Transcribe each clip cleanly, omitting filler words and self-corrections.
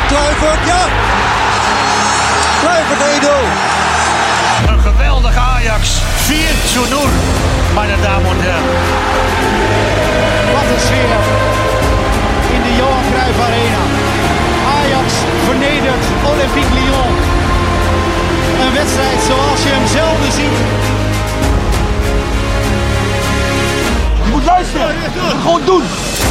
Kluivert, ja! Kluivert 1-0. Een geweldig Ajax. 4-0, meine Damen und Herren. Wat een sfeer in de Johan Cruijff Arena. Ajax vernedert Olympique Lyon. Een wedstrijd zoals je hem zelden ziet. Je moet luisteren. Gewoon doen.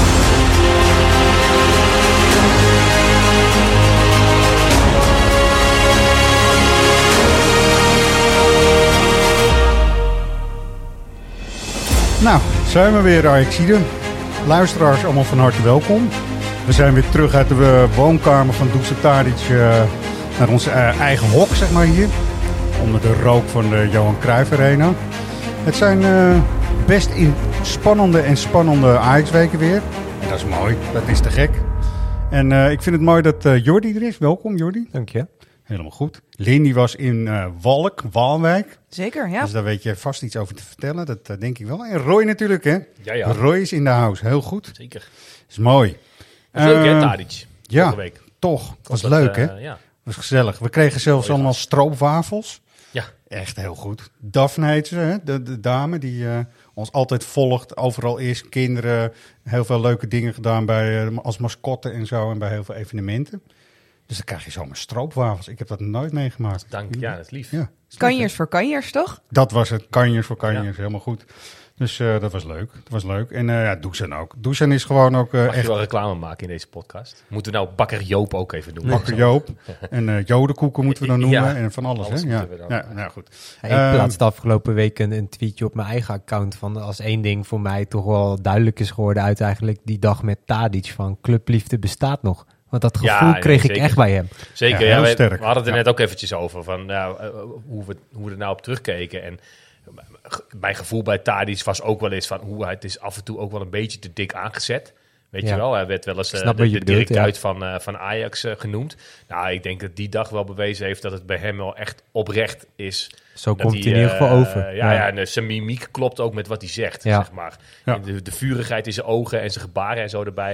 Nou, zijn we weer, Ajaxiden. Luisteraars, allemaal van harte welkom. We zijn weer terug uit de woonkamer van Dusan Tadic naar ons eigen hok, zeg maar hier. Onder de rook van de Johan Cruijff Arena. Het zijn best spannende Ajax-weken weer. En dat is mooi, dat is te gek. En ik vind het mooi dat Jordi er is. Welkom, Jordi. Dank je. Helemaal goed. Lindy was in Waalwijk. Zeker, ja. Dus daar weet je vast iets over te vertellen. Dat denk ik wel. En Roy natuurlijk, hè? Ja. Roy is in de house. Heel goed. Zeker. Is mooi. Dat is leuk, hè, Tadic? Ja, week. Toch. Was leuk, hè? Ja. Was gezellig. We kregen zelfs allemaal stroopwafels. Ja. Echt heel goed. Daphne heet ze, hè? De dame die ons altijd volgt. Overal is. Kinderen. Heel veel leuke dingen gedaan bij, als mascotte en zo. En bij heel veel evenementen. Dus dan krijg je zomaar stroopwafels. Ik heb dat nooit meegemaakt. Dank, ja, dat is lief. Ja, Kanjers voor kanjers, toch? dat was het. Kanjers voor kanjers. Ja. Helemaal goed. Dus dat was leuk. Dat was leuk. En ja, Dusan ook. Dusan is gewoon ook Mag echt je wel reclame maken in deze podcast? Moeten we nou Bakker Joop ook even doen? Bakker Joop. En jodenkoeken moeten we dan noemen. Ja, en van alles. alles Hè? Ja. moeten we dan. Ja, nou goed. Ik plaatste afgelopen week een tweetje op mijn eigen account van als één ding voor mij toch wel duidelijk is geworden uit eigenlijk die dag met Tadic van clubliefde bestaat nog. Want dat gevoel kreeg ik echt bij hem. Zeker, Ja, heel we sterk. hadden het er net ook eventjes over. Van, hoe we er nou op terugkeken. En mijn gevoel bij Tadic was ook wel eens van hoe het is af en toe ook wel een beetje te dik aangezet. Weet je wel, hij werd wel eens de Dirk Kuyt van Ajax genoemd. Nou, ik denk dat die dag wel bewezen heeft dat het bij hem wel echt oprecht is. Zo komt hij in ieder geval over. En zijn mimiek klopt ook met wat hij zegt, Ja. zeg maar. Ja. En de vurigheid in zijn ogen en zijn gebaren en zo erbij.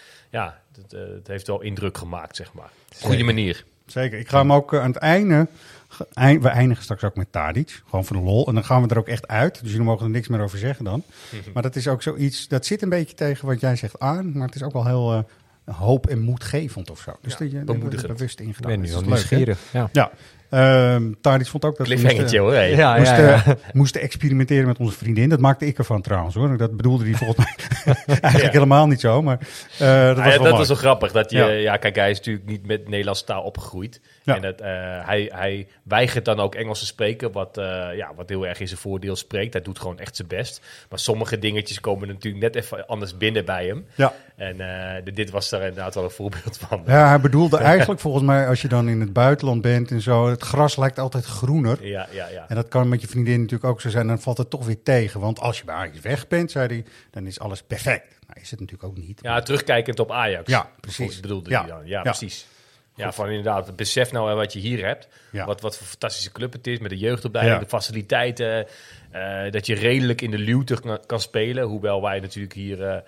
Het heeft wel indruk gemaakt, zeg maar. Goede manier. Zeker. Ik ga hem ook aan het einde... We eindigen straks ook met Tadic. Gewoon voor de lol. En dan gaan we er ook echt uit. Dus jullie mogen er niks meer over zeggen dan. Maar dat is ook zoiets... Dat zit een beetje tegen wat jij zegt aan. Maar het is ook wel heel hoop- en moedgevend of zo. Dus dat je er bemoedigend. bewust in Ik gedaan. ben nu Dus al dat is leuk, hè? nieuwsgierig. Ja. Ja. Tadic vond ook dat we Cliffhangertje hoor. Hey. moesten experimenteren met onze vriendin. Dat maakte ik ervan trouwens hoor. Dat bedoelde hij volgens mij eigenlijk helemaal niet zo. Maar dat was wel dat mooi. is wel grappig. Dat je, Ja. kijk, hij is natuurlijk niet met Nederlandse taal opgegroeid. Ja. En dat, hij weigert dan ook Engels te spreken, wat heel erg in zijn voordeel spreekt. Hij doet gewoon echt zijn best. Maar sommige dingetjes komen natuurlijk net even anders binnen bij hem. Ja. En dit was daar inderdaad wel een voorbeeld van. Ja, hij bedoelde eigenlijk volgens mij als je dan in het buitenland bent en zo, het gras lijkt altijd groener. Ja. En dat kan met je vriendin natuurlijk ook zo zijn. Dan valt het toch weer tegen. Want als je bij Ajax weg bent, zei hij, dan is alles perfect. Nou, is het natuurlijk ook niet. Ja, terugkijkend op Ajax. Ja, precies. Bedoelde hij dan. Ja, precies. Ja, van inderdaad, besef nou wat je hier hebt. Ja. Wat voor fantastische club het is, met de jeugdopleiding, de faciliteiten. Dat je redelijk in de luwte kan spelen. Hoewel wij natuurlijk hier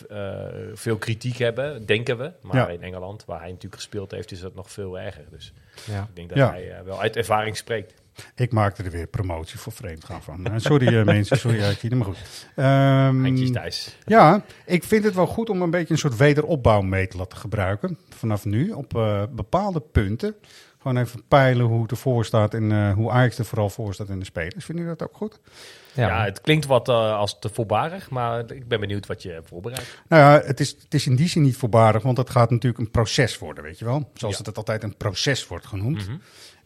veel kritiek hebben, denken we. Maar in Engeland, waar hij natuurlijk gespeeld heeft, is dat nog veel erger. Dus ik denk dat hij wel uit ervaring spreekt. Ik maakte er weer promotie voor vreemdgaan van. Sorry mensen, sorry Ajax, maar goed. Handjes Thijs. Ja, ik vind het wel goed om een beetje een soort wederopbouwmeet te laten gebruiken. Vanaf nu, op bepaalde punten. Gewoon even peilen hoe het ervoor staat en hoe Ajax er vooral voor staat in de spelers. Vinden jullie dat ook goed? Ja, het klinkt wat als te voorbarig, maar ik ben benieuwd wat je voorbereidt. Nou ja, het is in die zin niet voorbarig, want het gaat natuurlijk een proces worden, weet je wel. Zoals het altijd een proces wordt genoemd. Mm-hmm.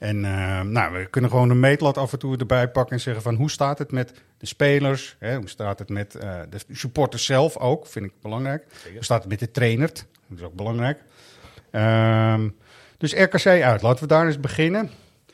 En we kunnen gewoon een meetlat af en toe erbij pakken en zeggen van hoe staat het met de spelers? Hè? Hoe staat het met de supporters zelf ook, vind ik belangrijk. Zeker. Hoe staat het met de trainer? Dat is ook belangrijk. Dus RKC uit, laten we daar eens beginnen.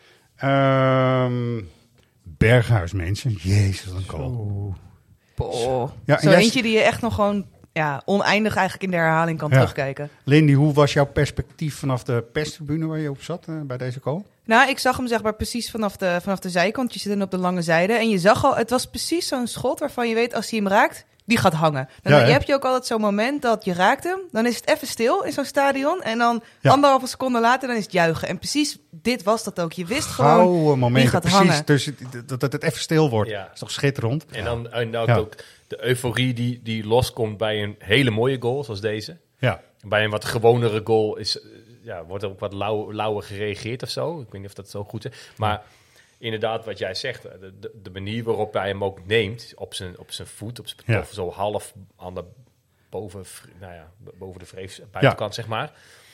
Berghuis, mensen. Jezus, dan goal. Ja, Zo eentje die je echt nog gewoon oneindig eigenlijk in de herhaling kan terugkijken. Lindy, hoe was jouw perspectief vanaf de perstribune waar je op zat bij deze goal? Nou, ik zag hem zeg maar precies vanaf de zijkant. Je zit dan op de lange zijde. En je zag al, het was precies zo'n schot waarvan je weet als hij hem raakt, die gaat hangen. Dan heb je ook altijd zo'n moment dat je raakt hem. Dan is het even stil in zo'n stadion. En dan 1,5 seconde later, dan is het juichen. En precies dit was dat ook. Je wist gewoon, momenten, die gaat precies, hangen. Dus dat het even stil wordt. Ja. Dat is toch schitterend? En dan ook de euforie die loskomt bij een hele mooie goal, zoals deze. Ja. Bij een wat gewonere goal wordt er ook wat lauwer gereageerd of zo. Ik weet niet of dat zo goed is. Maar inderdaad, wat jij zegt, de manier waarop hij hem ook neemt, op zijn voet, op zijn patof, zo half aan de boven de vrees buitenkant, zeg maar.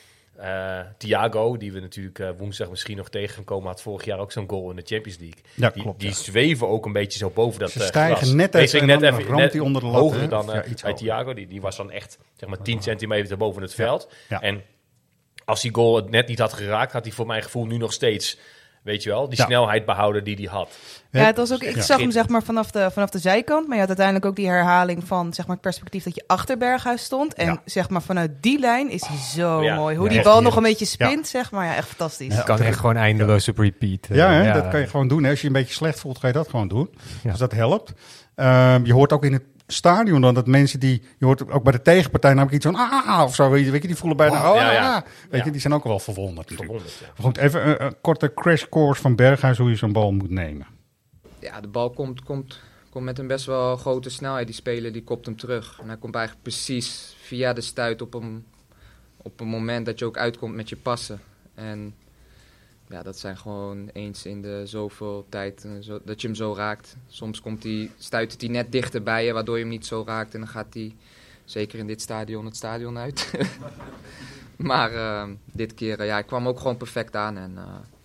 Thiago, die we natuurlijk woensdag misschien nog tegen gaan komen, had vorig jaar ook zo'n goal in de Champions League. Ja, klopt, die zweven ook een beetje zo boven dat Ze stijgen gras. net even en dan ramt hij onder de lat. Hoger dan iets bij hoger. Thiago. Die was dan echt zeg maar 10 centimeter boven het veld. Ja. En als die goal het net niet had geraakt, had hij voor mijn gevoel nu nog steeds, weet je wel, die snelheid behouden die hij had. Ja, het was ook, ik zag hem zeg maar vanaf de zijkant, maar je had uiteindelijk ook die herhaling van zeg maar het perspectief dat je achter Berghuis stond. En zeg maar vanuit die lijn is hij zo mooi. Hoe die bal nog een beetje spint, zeg maar. Ja, echt fantastisch. Het kan echt gewoon eindeloos op repeat. Dat kan je gewoon doen. Hè. Als je je een beetje slecht voelt, ga je dat gewoon doen. Ja. Dus dat helpt. Je hoort ook in het stadion dan dat mensen je hoort ook bij de tegenpartij namelijk iets van of zo, weet je, die voelen bijna weet je, die zijn ook wel verwonderd. Goed, even een korte crash course van Berghuis hoe je zo'n bal moet nemen. Ja, de bal komt met een best wel grote snelheid. Die speler die kopt hem terug. En hij komt eigenlijk precies via de stuit op een moment dat je ook uitkomt met je passen. En ja, dat zijn gewoon eens in de zoveel tijd dat je hem zo raakt. Soms stuit hij net dichter bij je, waardoor je hem niet zo raakt. En dan gaat hij, zeker in dit stadion, het stadion uit. Maar dit keer, hij kwam ook gewoon perfect aan. En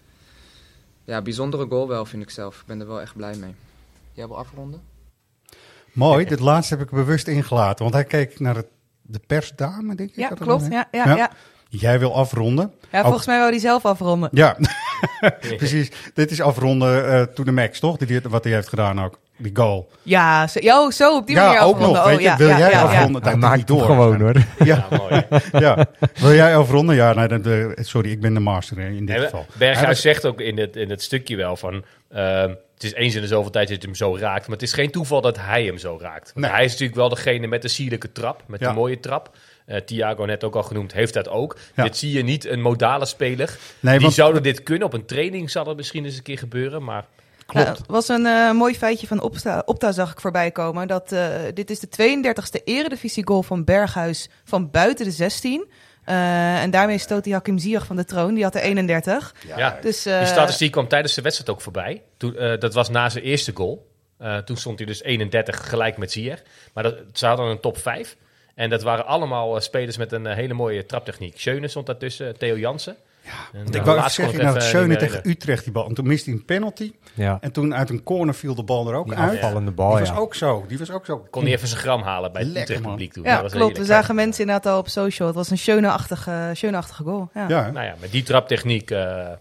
bijzondere goal wel, vind ik zelf. Ik ben er wel echt blij mee. Jij wil afronden? Mooi, dit laatste heb ik bewust ingelaten. Want hij keek naar de persdame, denk ik. Ja, klopt. Ja. Jij wil afronden. Ja, volgens mij wou hij zelf afronden. Ja, precies. Dit is afronden to the max, toch? Wat hij heeft gedaan ook. Die goal. Ja, zo op die manier ook afronden. nog. Weet je, wil jij afronden? Hij maakt door. Gewoon, hoor. Mooi. Wil jij afronden? Ja, nee, sorry, ik ben de master in dit geval. Berghuis zegt ook in het stukje wel van het is eens in de zoveel tijd dat je hem zo raakt. Maar het is geen toeval dat hij hem zo raakt. Want hij is natuurlijk wel degene met de sierlijke trap. Met de mooie trap. Thiago, net ook al genoemd, heeft dat ook. Ja. Dit zie je niet een modale speler. Die zouden dit kunnen. Op een training zal het misschien eens een keer gebeuren, maar klopt. Het was een mooi feitje van Opta zag ik voorbij komen. Dat dit is de 32e eredivisie-goal van Berghuis van buiten de 16. En daarmee stoot hij Hakim Ziyech van de troon. Die had er 31. Ja. Dus, die statistiek kwam tijdens de wedstrijd ook voorbij. Dat was na zijn eerste goal. Toen stond hij dus 31 gelijk met Ziyech. Maar ze hadden een top 5. En dat waren allemaal spelers met een hele mooie traptechniek. Schöne stond daartussen, Theo Jansen. Ja, ik wou even zeggen, Schöne tegen Utrecht die bal. En toen miste hij een penalty. Ja. En toen uit een corner viel de bal er ook uit. Afvallende bal, die was ook zo. Kon hij even zijn gram halen bij het Utrecht publiek toen. Ja, klopt. We zagen mensen inderdaad al op social. Het was een Schöne-achtige goal. Ja. Nou ja, met die traptechniek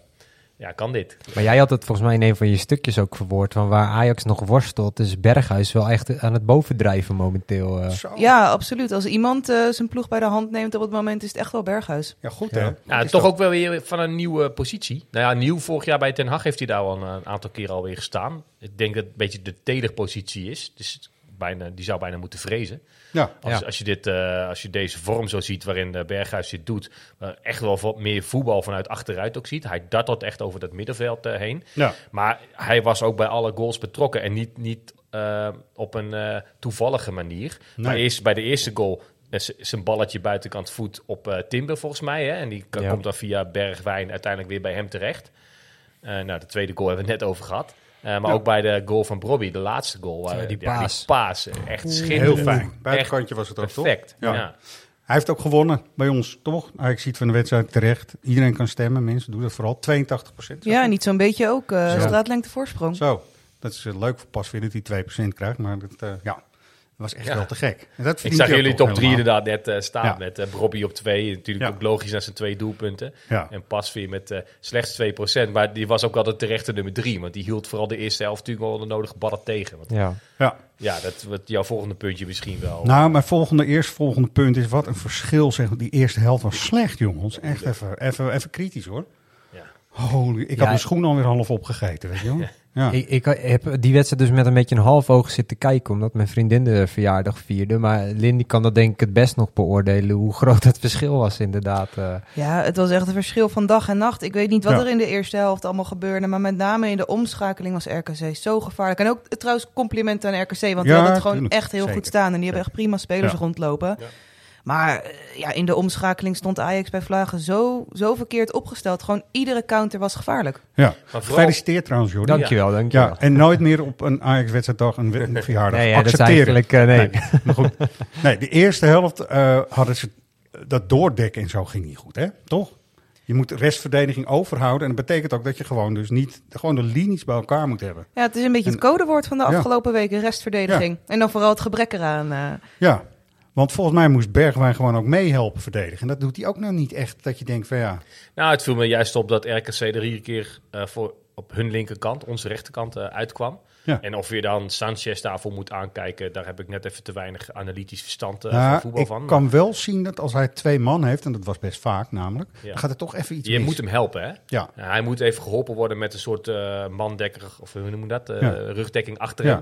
kan dit. Maar jij had het volgens mij in een van je stukjes ook verwoord, van waar Ajax nog worstelt, is Berghuis wel echt aan het bovendrijven momenteel. Ja, absoluut. Als iemand zijn ploeg bij de hand neemt op het moment, is het echt wel Berghuis. Ja, goed hè? Ja, toch ook wel weer van een nieuwe positie. Nou ja, nieuw vorig jaar bij Ten Hag heeft hij daar al een aantal keer alweer gestaan. Ik denk dat het een beetje de tederpositie is. Dus die zou bijna moeten vrezen. Ja. Als je deze vorm zo ziet waarin Berghuis dit doet, echt wel wat meer voetbal vanuit achteruit ook ziet. Hij dartelt echt over dat middenveld heen. Ja. Maar hij was ook bij alle goals betrokken en niet op een toevallige manier. Nee. Maar eerst bij de eerste goal zijn balletje buitenkant voet op Timber volgens mij. Hè? En die komt dan via Bergwijn uiteindelijk weer bij hem terecht. De tweede goal hebben we het net over gehad. Maar ook bij de goal van Brobby, de laatste goal. Die paas, echt schitterend. Heel fijn. Buitenkantje was het ook, toch? Perfect. Ja. Hij heeft ook gewonnen bij ons, toch? Ik zie het van de wedstrijd terecht. Iedereen kan stemmen, mensen. Doe dat vooral. 82%. Ja, niet zo'n beetje ook. Straatlengte voorsprong. Zo. Dat is leuk voor Pasveer dat hij 2% krijgt. Maar dat was echt wel te gek. En dat ik zag jullie top 3 inderdaad net staan met Brobby op 2. Natuurlijk ook logisch naar zijn 2 doelpunten. Ja. En Pasveer met slechts 2%. Maar die was ook altijd terechte nummer 3. Want die hield vooral de eerste helft natuurlijk al de nodige ballen tegen. Want dat wordt jouw volgende puntje misschien wel. Nou, mijn volgende punt is wat een verschil. Zeg. Die eerste helft was slecht, jongens. Echt even kritisch, hoor. Ja. Holy, ik had mijn schoen alweer half opgegeten, weet je wel. Ja. Ik heb die wedstrijd dus met een beetje een half oog zitten kijken, omdat mijn vriendin de verjaardag vierde. Maar Lindy kan dat denk ik het best nog beoordelen, hoe groot het verschil was inderdaad. Ja, het was echt een verschil van dag en nacht. Ik weet niet wat Ja. er in de eerste helft allemaal gebeurde, maar met name in de omschakeling was RKC zo gevaarlijk. En ook trouwens compliment aan RKC, want die hadden het gewoon tuurlijk. echt heel Zeker. goed staan. En die hebben echt prima spelers Ja. rondlopen. Ja. Maar in de omschakeling stond Ajax bij Vlagen zo verkeerd opgesteld. Gewoon iedere counter was gevaarlijk. Ja. Maar vooral, Gefeliciteerd trouwens, Jordi. Dankjewel. Ja, en nooit meer op een Ajax-wedstrijddag een verjaardag. Nee, ja, dat is Accepteren. eigenlijk... nee. Maar goed. Nee, de eerste helft hadden ze dat doordekken en zo ging niet goed, hè? Toch? Je moet de restverdediging overhouden. En dat betekent ook dat je gewoon dus niet gewoon de linies bij elkaar moet hebben. Ja, het is een beetje het codewoord van de Ja. afgelopen weken, restverdediging. En dan vooral het gebrek eraan. Ja, want volgens mij moest Bergwijn gewoon ook meehelpen verdedigen. En dat doet hij ook nou niet echt, dat je denkt van ja... Nou, het viel me juist op dat RKC er iedere keer op hun linkerkant, onze rechterkant, uitkwam. Ja. En of je dan Sanchez daarvoor moet aankijken, daar heb ik net even te weinig analytisch verstand van Nou, voetbal ik van. kan wel zien dat als hij 2 man heeft, en dat was best vaak namelijk, Ja. dan gaat het toch even iets Je mis. moet hem helpen, hè? Ja, Hij moet even geholpen worden met een soort mandekker, of hoe noem je dat? Ja. Rugdekking achter hem.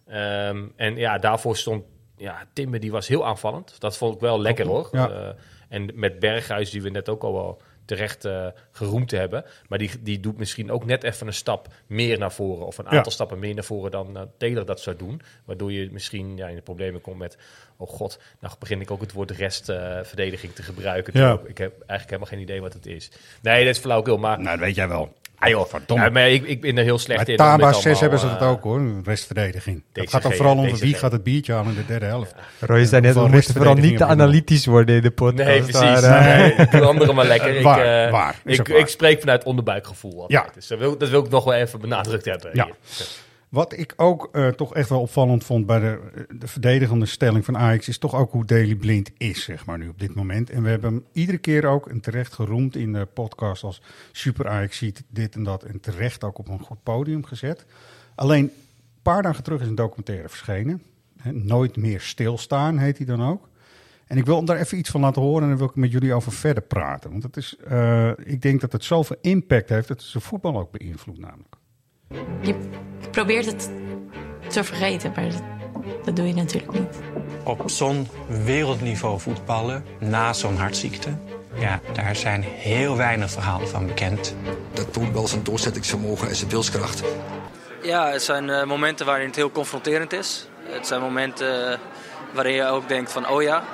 En ja, daarvoor stond Timber, die was heel aanvallend. Dat vond ik wel lekker, hoor. Ja. En met Berghuis, die we net ook al wel terecht geroemd hebben. Maar die doet misschien ook net even een stap meer naar voren. Of een aantal stappen meer naar voren dan Taylor dat zou doen. Waardoor je misschien in de problemen komt met... Oh god, nou begin ik ook het woord restverdediging te gebruiken. Ja. Ik heb eigenlijk helemaal geen idee wat het is. Nee, dat is flauwekul, maar... nou dat weet jij wel. Ah joh, verdomme. Ja, maar ik ben er heel slecht Bij in. om dit Taba 6 allemaal, hebben ze dat ook hoor, restverdediging. Dat DCG, gaat dan vooral om DCG. wie gaat het biertje halen in de derde helft. Roy zei net, we Hoeveel moeten vooral niet te restverdediging analytisch worden in de podcast. Nee, precies. Maar, Nee, doe anderen maar lekker. Waar. Is ook waar. Ik spreek vanuit onderbuikgevoel altijd. Ja. Dus dat wil ik nog wel even benadrukt hebben. Ja. Hier. Wat ik ook toch echt wel opvallend vond bij de verdedigende stelling van Ajax... is toch ook hoe Daley Blind is, zeg maar, nu op dit moment. En we hebben hem iedere keer ook, en terecht geroemd in de podcast... als super Ajax ziet dit en dat, en terecht ook op een goed podium gezet. Alleen, een paar dagen terug is een documentaire verschenen. Nooit meer stilstaan, heet hij dan ook. En ik wil hem daar even iets van laten horen... en dan wil ik met jullie over verder praten. Want het is, ik denk dat het zoveel impact heeft... dat het zijn voetbal ook beïnvloedt namelijk. Je probeert het te vergeten, maar dat doe je natuurlijk niet. Op zo'n wereldniveau voetballen, na zo'n hartziekte... ja, daar zijn heel weinig verhalen van bekend. Dat toont wel zijn doorzettingsvermogen en zijn wilskracht. Ja, het zijn momenten waarin het heel confronterend is. Het zijn momenten waarin je ook denkt van, oh ja,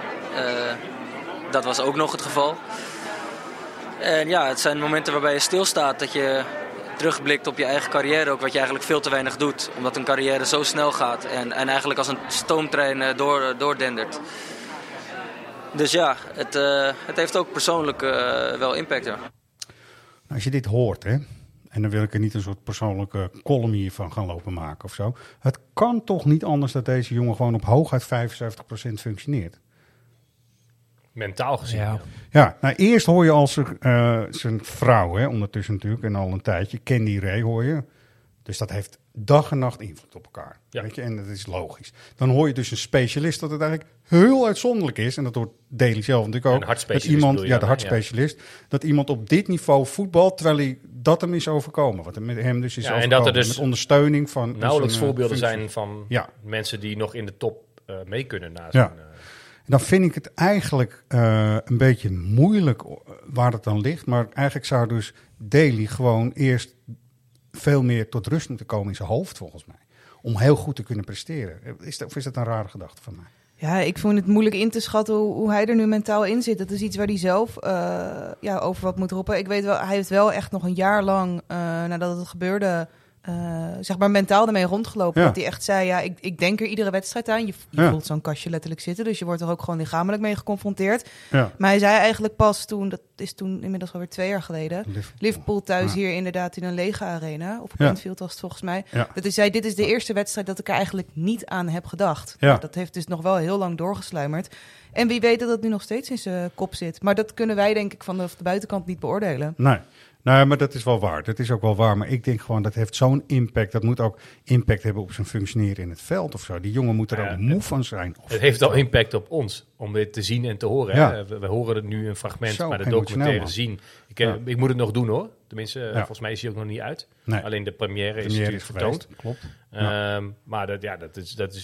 dat was ook nog het geval. En ja, het zijn momenten waarbij je stilstaat, dat je terugblikt op je eigen carrière, ook wat je eigenlijk veel te weinig doet. Omdat een carrière zo snel gaat en eigenlijk als een stoomtrein doordendert. Dus ja, het heeft ook persoonlijk wel impact. Ja. Als je dit hoort, hè, en dan wil ik er niet een soort persoonlijke column hiervan gaan lopen maken of zo. Het kan toch niet anders dat deze jongen gewoon op hooguit 75% functioneert. Mentaal gezien. Ja. Ja, nou eerst hoor je al zijn vrouw, hè, ondertussen natuurlijk, en al een tijdje, Candy Ray hoor je. Dus dat heeft dag en nacht invloed op elkaar. Ja. Weet je? En dat is logisch. Dan hoor je dus een specialist dat het eigenlijk heel uitzonderlijk is. En dat hoort Daley zelf natuurlijk ook. Een hartspecialist dat iemand, bedoel je ja, de dan, hartspecialist. Dat iemand op dit niveau voetbalt, terwijl hij dat hem is overkomen. Wat met hem dus is Ja, en overkomen. dat er dus met ondersteuning van... Nauwelijks zijn, voorbeelden functie. zijn van mensen die nog in de top mee kunnen na zo'n... Ja. Dan vind ik het eigenlijk een beetje moeilijk waar het dan ligt. Maar eigenlijk zou dus Daley gewoon eerst veel meer tot rust moeten komen in zijn hoofd, volgens mij. Om heel goed te kunnen presteren. Is dat een rare gedachte van mij? Ja, ik vond het moeilijk in te schatten hoe hij er nu mentaal in zit. Dat is iets waar hij zelf over wat moet roepen. Ik weet wel, hij heeft wel echt nog een jaar lang, nadat het gebeurde... zeg maar mentaal ermee rondgelopen. Ja. Dat hij echt zei, ja, ik denk er iedere wedstrijd aan. Je voelt zo'n kastje letterlijk zitten. Dus je wordt er ook gewoon lichamelijk mee geconfronteerd. Ja. Maar hij zei eigenlijk pas toen, dat is toen inmiddels alweer 2 jaar geleden... Liverpool thuis hier inderdaad in een lege arena. Of Anfield was het volgens mij. Ja. Dat hij zei, dit is de eerste wedstrijd dat ik er eigenlijk niet aan heb gedacht. Ja. Nou, dat heeft dus nog wel heel lang doorgesluimerd. En wie weet dat het nu nog steeds in zijn kop zit. Maar dat kunnen wij denk ik van de buitenkant niet beoordelen. Nee, maar dat is wel waar. Dat is ook wel waar. Maar ik denk gewoon, dat heeft zo'n impact. Dat moet ook impact hebben op zijn functioneren in het veld of zo. Die jongen moet er ook moe van zijn. Het heeft al impact op ons, om dit te zien en te horen. Ja. Hè? We horen het nu een fragment, Zo maar de emotioneel, documentaire man. zien. Ik moet het nog doen hoor. Tenminste, volgens mij is hij ook nog niet uit. Nee. Alleen de première is natuurlijk vertoond. Klopt. Maar dat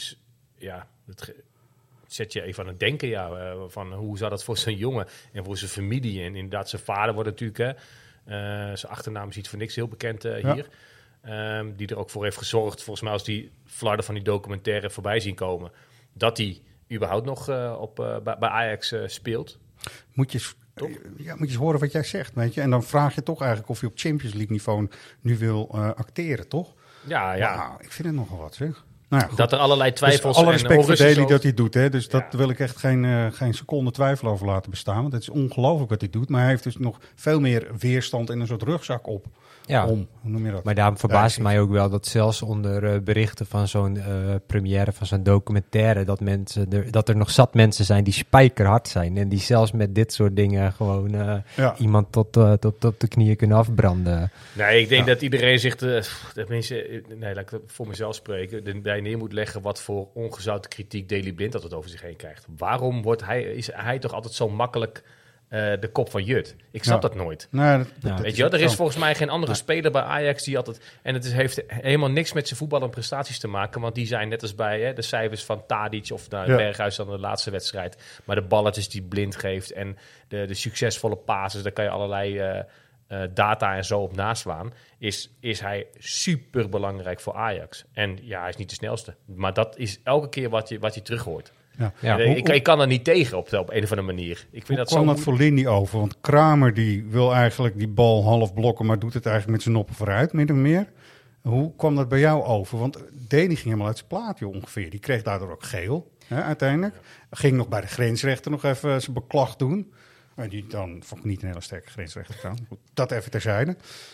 zet je even aan het denken, van hoe zou dat voor zijn jongen en voor zijn familie. En inderdaad, zijn vader wordt natuurlijk, zijn achternaam is niet voor niks heel bekend hier. Die er ook voor heeft gezorgd, volgens mij als die flarden van die documentaire voorbij zien komen, dat hij überhaupt nog bij Ajax speelt. Moet je eens horen wat jij zegt, weet je. En dan vraag je toch eigenlijk of je op Champions League niveau nu wil acteren, toch? Ja. Nou, ik vind het nogal wat, zeg. Nou ja, dat er allerlei twijfels dus alle respect voor Daly dat hij het doet, hè. Dus dat wil ik echt geen seconde twijfel over laten bestaan. Want het is ongelooflijk wat hij doet. Maar hij heeft dus nog veel meer weerstand en een soort rugzak op. Ja, hoe noem je dat? Maar daarom verbaast het mij ook wel dat zelfs onder berichten van zo'n première, van zo'n documentaire, dat er nog zat mensen zijn die spijkerhard zijn. En die zelfs met dit soort dingen gewoon iemand tot op de knieën kunnen afbranden. Nee, ik denk dat iedereen zich, laat ik voor mezelf spreken, erbij neer moet leggen wat voor ongezouten kritiek Daley Blind altijd over zich heen krijgt. Waarom is hij toch altijd zo makkelijk de kop van Jut? Ik snap dat nooit. Nee, weet je wel, er is volgens mij geen andere speler bij Ajax die altijd... En heeft helemaal niks met zijn voetbal en prestaties te maken, want die zijn net als bij de cijfers van Tadic of Berghuis aan de laatste wedstrijd. Maar de balletjes die Blind geeft en de succesvolle passes, daar kan je allerlei data en zo op naslaan, is hij super belangrijk voor Ajax. En ja, hij is niet de snelste. Maar dat is elke keer wat je terug hoort. Ja. Ik kan er niet tegen op een of andere manier. Ik vind hoe kwam dat voor Lindy over? Want Kramer die wil eigenlijk die bal half blokken, maar doet het eigenlijk met zijn noppen vooruit, min of meer. Hoe kwam dat bij jou over? Want Deni ging helemaal uit zijn plaat, joh, ongeveer. Die kreeg daardoor ook geel, uiteindelijk. Ging nog bij de grensrechter nog even zijn beklag doen. En die dan vond ik niet een hele sterke grensrechter trouwens. Dat even terzijde.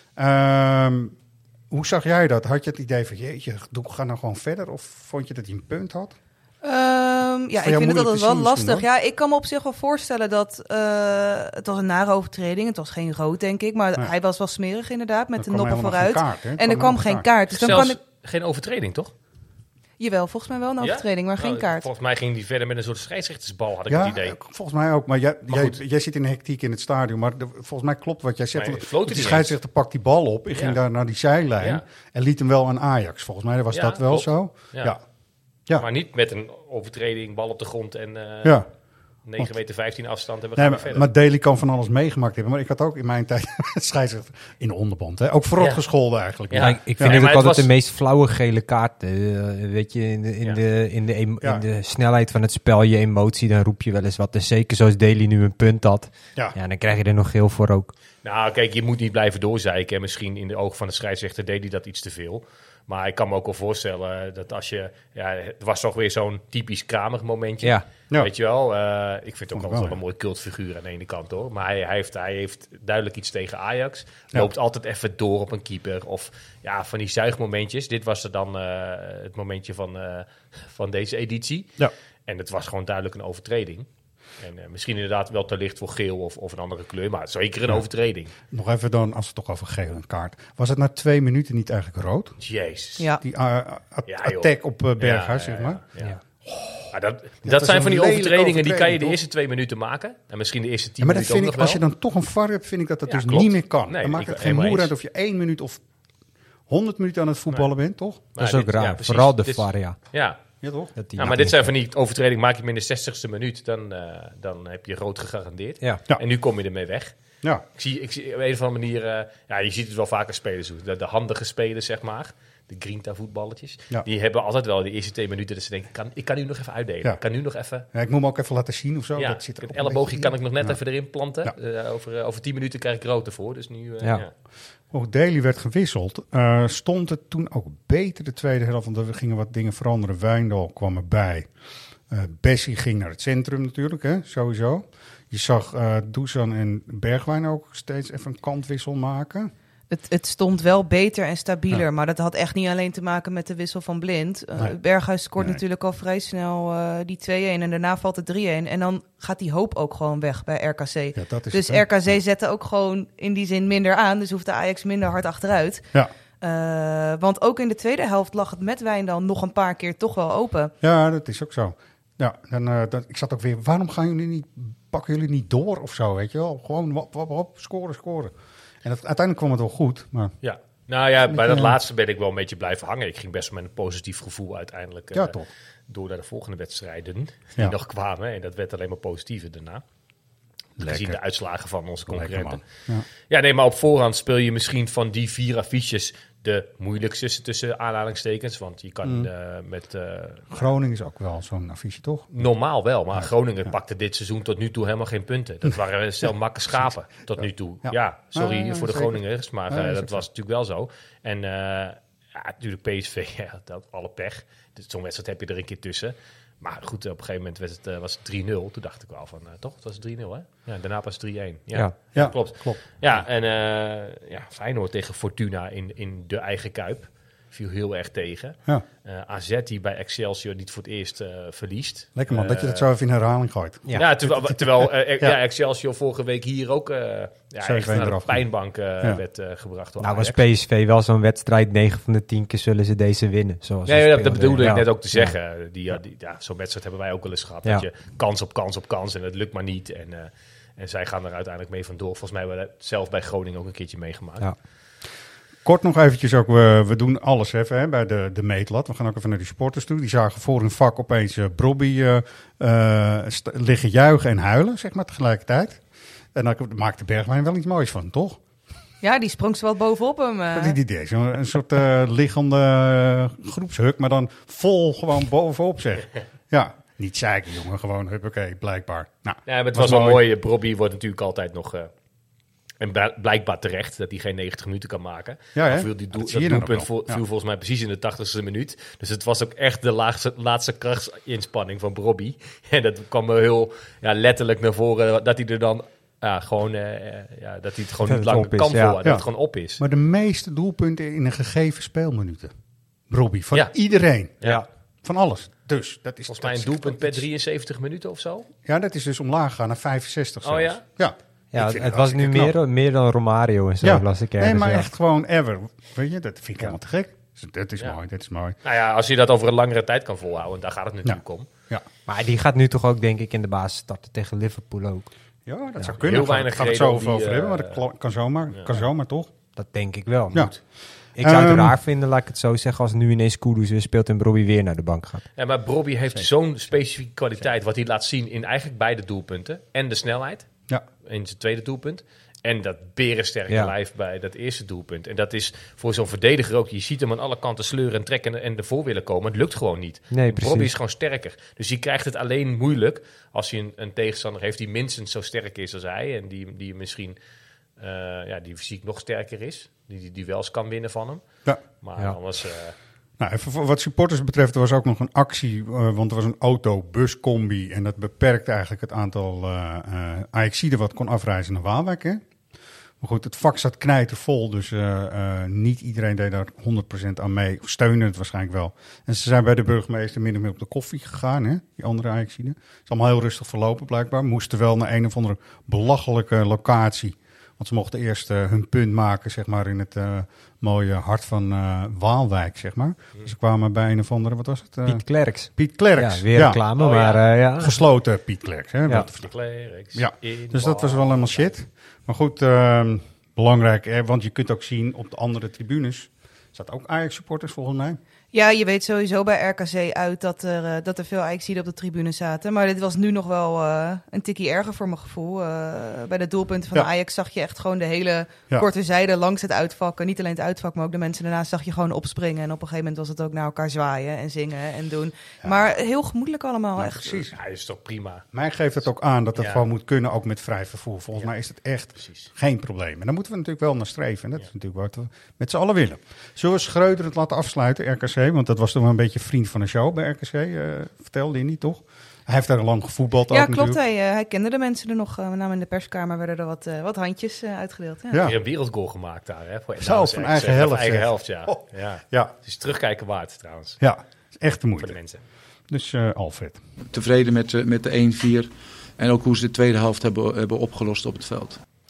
Hoe zag jij dat? Had je het idee van, jeetje, ga nou gewoon verder? Of vond je dat hij een punt had? Ik vind het altijd wel lastig. Ja, ik kan me op zich wel voorstellen dat het was een nare overtreding. Het was geen rood, denk ik. Maar hij was wel smerig inderdaad, met de noppen vooruit. En er kwam geen kaart. Dus dan kan ik... geen overtreding, toch? Jawel, volgens mij wel een overtreding, maar geen kaart. Volgens mij ging die verder met een soort scheidsrechtersbal, had ik het idee. Volgens mij ook. Maar jij zit in de hectiek in het stadion. Maar volgens mij klopt wat jij zegt. Die scheidsrechter pakt die bal op en ging daar naar die zijlijn. En liet hem wel aan Ajax. Volgens mij was dat wel klopt. Zo. Ja. Maar niet met een overtreding, bal op de grond en 9 meter 15 afstand. En we gaan verder. Maar Daley kan van alles meegemaakt hebben. Maar ik had ook in mijn tijd scheidsrechter in de onderband. Hè? Ook verrot gescholden eigenlijk. Ja, ik vind het ook altijd de meest flauwe gele kaart. Weet je, in de snelheid van het spel, je emotie, dan roep je wel eens wat. En zeker zoals Daley nu een punt had. Ja, dan krijg je er nog geel voor ook. Nou, kijk, je moet niet blijven doorzeiken. En misschien in de ogen van de scheidsrechter deed hij dat iets te veel. Maar ik kan me ook wel voorstellen dat als je... Ja, het was toch weer zo'n typisch Kramer momentje. Ja. Weet je wel? Ik vind het ook altijd wel een mooi cultfiguur aan de ene kant, hoor. Maar hij heeft duidelijk iets tegen Ajax. Loopt altijd even door op een keeper. Of van die zuigmomentjes. Dit was er dan het momentje van deze editie. Ja. En het was gewoon duidelijk een overtreding. En misschien inderdaad wel te licht voor geel of een andere kleur, maar zeker een overtreding. Nog even dan, als we het toch over geel en kaart. Was het na 2 minuten niet eigenlijk rood? Jezus. Ja. Die attack op Berghuis, zeg maar. Ja. Dat zijn van die overtredingen, die kan je de eerste 2 minuten maken. En misschien de eerste 10 minuten ook nog wel. Als je dan toch een VAR hebt, vind ik dat dus niet meer kan. Nee, dan maakt het geen moer uit of je 1 minuut of 100 minuten aan het voetballen bent, toch? Dat is ook raar. Vooral de VAR, Ja. Ja, toch? Maar dit zijn van die overtredingen, maak je hem in de 60ste minuut, dan heb je rood gegarandeerd. Ja. En nu kom je ermee weg. Ja. Ik zie op een of andere manier, je ziet het wel vaker spelers doen. De handige spelers, zeg maar, de Grinta voetballetjes, die hebben altijd wel de eerste 2 minuten dat ze denken, ik kan nu nog even uitdelen. Ja. Ik kan nu nog even... Ja, ik moet hem ook even laten zien of zo. Ja, dat zit er het elleboogje kan ik nog net even erin planten. Ja. Over 10 minuten krijg ik rood ervoor. Dus nu... Ook Daley werd gewisseld. Stond het toen ook beter de tweede helft? Want er gingen wat dingen veranderen. Wijndal kwam erbij. Bessie ging naar het centrum natuurlijk, hè, sowieso. Je zag Dusan en Bergwijn ook steeds even een kantwissel maken. Het stond wel beter en stabieler, maar dat had echt niet alleen te maken met de wissel van Blind. Berghuis scoort natuurlijk al vrij snel die 2-1 en daarna valt het 3-1. En dan gaat die hoop ook gewoon weg bij RKC. Ja, dus RKC zette ook gewoon in die zin minder aan, dus hoeft de Ajax minder hard achteruit. Ja. Want ook in de tweede helft lag het met Wijndal nog een paar keer toch wel open. Ja, dat is ook zo. Ja, ik zat ook weer, waarom gaan jullie niet pakken jullie niet door of zo, weet je wel? Gewoon hop, scoren. En uiteindelijk kwam het wel goed, maar... Ja, nou ja, bij dat laatste ben ik wel een beetje blijven hangen. Ik ging best wel met een positief gevoel uiteindelijk door naar de volgende wedstrijden die nog kwamen. En dat werd alleen maar positiever daarna. Gezien de uitslagen van onze concurrenten. Maar op voorhand speel je misschien van die 4 affiches de moeilijkste tussen aanhalingstekens. Want je kan met... Groningen is ook wel zo'n affiche, toch? Normaal wel, maar Groningen pakte dit seizoen tot nu toe helemaal geen punten. Dat waren stel makke schapen tot nu toe. Ja, sorry voor de Groningers, maar dat was natuurlijk wel zo. En natuurlijk PSV, dat alle pech. Dus zo'n wedstrijd heb je er een keer tussen. Maar goed, op een gegeven moment was het 3-0. Toen dacht ik wel van, toch? Het was 3-0, hè? Ja, daarna pas 3-1. Ja, klopt. Ja, en Feyenoord tegen Fortuna in de eigen Kuip. Viel heel erg tegen. Ja. AZ die bij Excelsior niet voor het eerst verliest. Lekker man, dat je dat zo even in herhaling gooit. Ja, terwijl Excelsior vorige week hier ook echt naar de pijnbank werd gebracht. Nou was PSV wel zo'n wedstrijd, 9 van de 10 keer zullen ze deze winnen. Dat bedoelde ik net ook te zeggen. Zo'n wedstrijd hebben wij ook wel eens gehad. Dat je kans op kans en het lukt maar niet. En zij gaan er uiteindelijk mee vandoor. Volgens mij hebben we dat zelf bij Groningen ook een keertje meegemaakt. Ja. Kort nog eventjes ook, we doen alles even bij de meetlat. We gaan ook even naar die sporters toe. Die zagen voor hun vak opeens Brobby liggen juichen en huilen, zeg maar, tegelijkertijd. En dan maakte Bergwijn wel iets moois van, toch? Ja, die sprong ze wel bovenop hem. Die deed een soort liggende groepshuk, maar dan vol gewoon bovenop, zeg. Ja, niet zeiken, jongen, gewoon huppakee, blijkbaar. Nou, ja, maar het was wel mooi. Brobby wordt natuurlijk altijd nog... En blijkbaar terecht dat hij geen 90 minuten kan maken. Ja, viel dat doelpunt viel volgens mij precies in de 80ste minuut. Dus het was ook echt de laatste krachtsinspanning van Brobby. En dat kwam er heel letterlijk naar voren dat hij er dan dat hij het gewoon niet langer kan volhouden. Dat het gewoon op is. Maar de meeste doelpunten in een gegeven speelminuten. Brobby, van iedereen. Ja. Van alles. Dus dat is volgens mij een doelpunt per 73 minuten of zo. Ja, dat is dus omlaag gegaan naar 65 zelfs. Oh ja? Ja. Ja, het was nu meer dan Romario en zo, las ik ergens. Nee, maar echt gewoon ever. Weet je, dat vind ik helemaal te gek. Dat is mooi. Nou ja, als je dat over een langere tijd kan volhouden, daar gaat het natuurlijk om. Ja. Maar die gaat nu toch ook, denk ik, in de basis starten tegen Liverpool ook. Ja, dat zou kunnen. Heel weinig gaan we het zo over hebben, maar dat kan zomaar toch? Dat denk ik wel. Ja. Ik zou het raar vinden, laat ik het zo zeggen, als nu ineens Kudus weer speelt en Brobby weer naar de bank gaat. Ja, maar Brobby heeft zo'n specifieke kwaliteit, wat hij laat zien in eigenlijk beide doelpunten. En de snelheid. Ja. In zijn tweede doelpunt. En dat berensterke lijf bij dat eerste doelpunt. En dat is voor zo'n verdediger ook. Je ziet hem aan alle kanten sleuren en trekken en ervoor willen komen. Het lukt gewoon niet. Nee, Brobby is gewoon sterker. Dus die krijgt het alleen moeilijk als hij een tegenstander heeft die minstens zo sterk is als hij. En die misschien die fysiek nog sterker is. Die wel eens kan winnen van hem. Ja. Maar anders... Nou, even wat supporters betreft, er was ook nog een actie, want er was een auto-bus-combi en dat beperkte eigenlijk het aantal Ajaxiden wat kon afreizen naar Waalwijk. Hè? Maar goed, het vak zat knijtervol, dus niet iedereen deed daar 100% aan mee, of steunde het waarschijnlijk wel. En ze zijn bij de burgemeester min of meer op de koffie gegaan, hè? Die andere Ajaxiden. Het is allemaal heel rustig verlopen blijkbaar, moesten wel naar een of andere belachelijke locatie. Want ze mochten eerst hun punt maken, zeg maar, in het mooie hart van Waalwijk, zeg maar. Dus ze kwamen bij een of andere, wat was het? Piet Klerks. Piet Klerks. Ja, weer reclame, maar... Gesloten Piet Klerks. Hè? Ja. Piet Klerks. Ja, dus dat was wel helemaal shit. Maar goed, belangrijk, want je kunt ook zien op de andere tribunes, staat ook Ajax-supporters volgens mij. Ja, je weet sowieso bij RKC uit dat er veel Ajaxiden op de tribune zaten. Maar dit was nu nog wel een tikkie erger voor mijn gevoel. Bij de doelpunten van de Ajax zag je echt gewoon de hele korte zijde langs het uitvak. En niet alleen het uitvak, maar ook de mensen daarnaast zag je gewoon opspringen. En op een gegeven moment was het ook naar elkaar zwaaien en zingen en doen. Ja. Maar heel gemoedelijk allemaal. Ja, echt. Precies. Ja, is toch prima. Mij geeft het ook aan dat het gewoon moet kunnen, ook met vrij vervoer. Volgens mij is het echt geen probleem. En daar moeten we natuurlijk wel naar streven. En dat is natuurlijk wat we met z'n allen willen. Zullen we Schreuder het laten afsluiten, RKC? Want dat was toch wel een beetje vriend van de show bij RKC, vertelde hij niet, toch? Hij heeft daar lang gevoetbald. Ja, ook klopt. Hij kende de mensen er nog. Met name in de perskamer werden er wat handjes uitgedeeld. Ja. Weer een wereldgoal gemaakt daar. Hè, voor zo, van eigen helft. Van eigen helft, ja. Oh. Ja. Het is terugkijken waard, trouwens. Ja, is echt de moeite. Voor de mensen. Dus Alfred. Tevreden met de 1-4 en ook hoe ze de tweede helft hebben opgelost op het veld.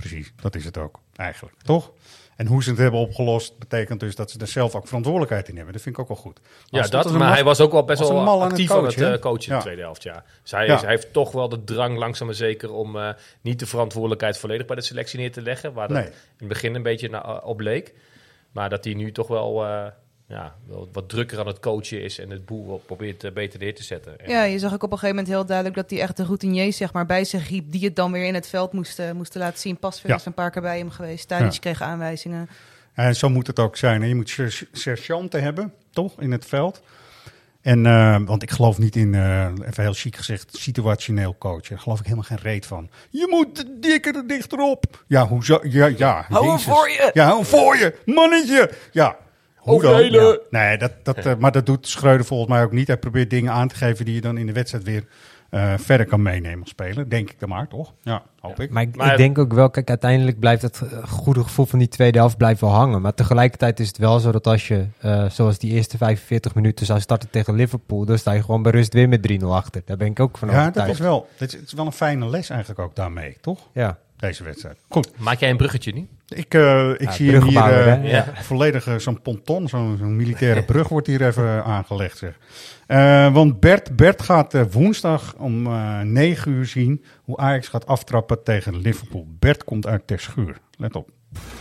precies. Dat is het ook, eigenlijk. Toch? En hoe ze het hebben opgelost, betekent dus dat ze er zelf ook verantwoordelijkheid in hebben. Dat vind ik ook wel goed. Maar hij was ook wel best wel actief aan het coachen in ja. de tweede helft. Ja. Dus hij heeft toch wel de drang, langzaam maar zeker, om niet de verantwoordelijkheid volledig bij de selectie neer te leggen. Waar dat in het begin een beetje op leek. Maar dat hij nu toch wel wat drukker aan het coachen is en het boel probeert beter neer te zetten. Ja, je zag ook op een gegeven moment heel duidelijk dat hij echt de routiniers zeg maar, bij zich riep, die het dan weer in het veld moesten laten zien. Pasveer is een paar keer bij hem geweest. Tadic kreeg aanwijzingen. En zo moet het ook zijn. Hè? Je moet sergeanten hebben, toch, in het veld. En, want ik geloof niet in, even heel chic gezegd, situationeel coachen. Daar geloof ik helemaal geen reet van. Je moet dikker er dichterop. Ja, hoezo? Ja. Hou hem voor je. Ja, hou hem voor je, mannetje. Ja. Hoe dan? Ja. Nee, maar dat doet Schreuder volgens mij ook niet. Hij probeert dingen aan te geven die je dan in de wedstrijd weer verder kan meenemen als speler. Denk ik dan maar, toch? Ja, hoop ik. Maar ik denk ook wel, kijk, uiteindelijk blijft het goede gevoel van die tweede helft blijft wel hangen. Maar tegelijkertijd is het wel zo dat als je, zoals die eerste 45 minuten zou starten tegen Liverpool, dan sta je gewoon bij rust weer met 3-0 achter. Daar ben ik ook van overtuigd. Ja, dat is wel een fijne les eigenlijk ook daarmee, toch? Ja. Deze wedstrijd. Goed. Maak jij een bruggetje nu? Ik zie hem hier volledig zo'n ponton, zo'n militaire brug wordt hier even aangelegd. Zeg. Want Bert gaat woensdag om 9 uur zien hoe Ajax gaat aftrappen tegen Liverpool. Bert komt uit Terschuur. Let op.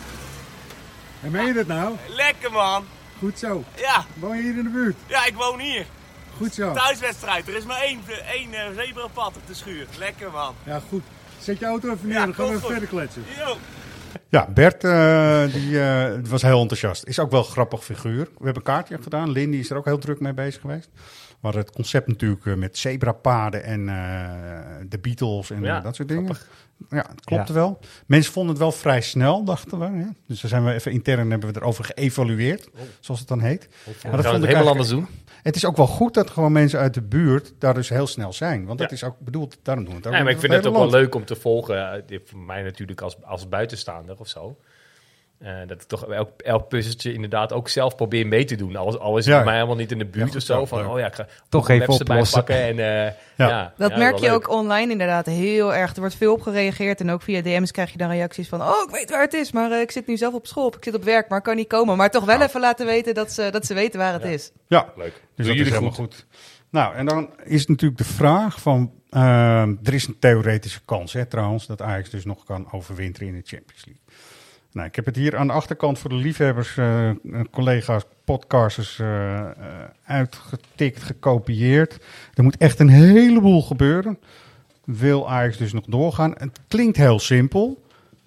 En meen je dat nou? Lekker man. Goed zo. Ja. Woon je hier in de buurt? Ja, ik woon hier. Goed zo. Thuiswedstrijd. Er is maar één zebrapad op de schuur. Lekker man. Ja, goed. Zet je auto even neer, dan gaan we even verder kletsen. Yo. Ja, Bert die was heel enthousiast. Is ook wel een grappig figuur. We hebben een kaartje gedaan. Lindy is er ook heel druk mee bezig geweest. We hadden het concept natuurlijk met zebrapaden en de Beatles en dat soort dingen. Grappig. Ja, het klopte wel. Mensen vonden het wel vrij snel, dachten we. Hè? Dus daar zijn we even intern hebben we erover geëvalueerd, zoals het dan heet. Maar dat vond ik helemaal anders doen. Het is ook wel goed dat gewoon mensen uit de buurt daar dus heel snel zijn. Want dat is ook bedoeld, daarom doen we het ook. Ja, maar ik vind het ook wel leuk om te volgen. Voor mij natuurlijk als buitenstaander of zo. Dat ik toch elk puzzeltje inderdaad ook zelf probeer mee te doen. Al is het bij mij helemaal niet in de buurt of zo. Van, ik ga toch even oplossen. En, dat merk je ook online inderdaad heel erg. Er wordt veel op gereageerd. En ook via DM's krijg je dan reacties van... ik weet waar het is, maar ik zit nu zelf op school. Ik zit op werk, maar kan niet komen. Maar toch wel even laten weten dat ze weten waar het is. Ja, leuk. Dus dat is helemaal goed. Nou, en dan is natuurlijk de vraag van... er is een theoretische kans, hè, trouwens... dat Ajax dus nog kan overwinteren in de Champions League. Nou, ik heb het hier aan de achterkant voor de liefhebbers, collega's, podcasters uitgetikt, gekopieerd. Er moet echt een heleboel gebeuren. Wil Ajax dus nog doorgaan? Het klinkt heel simpel.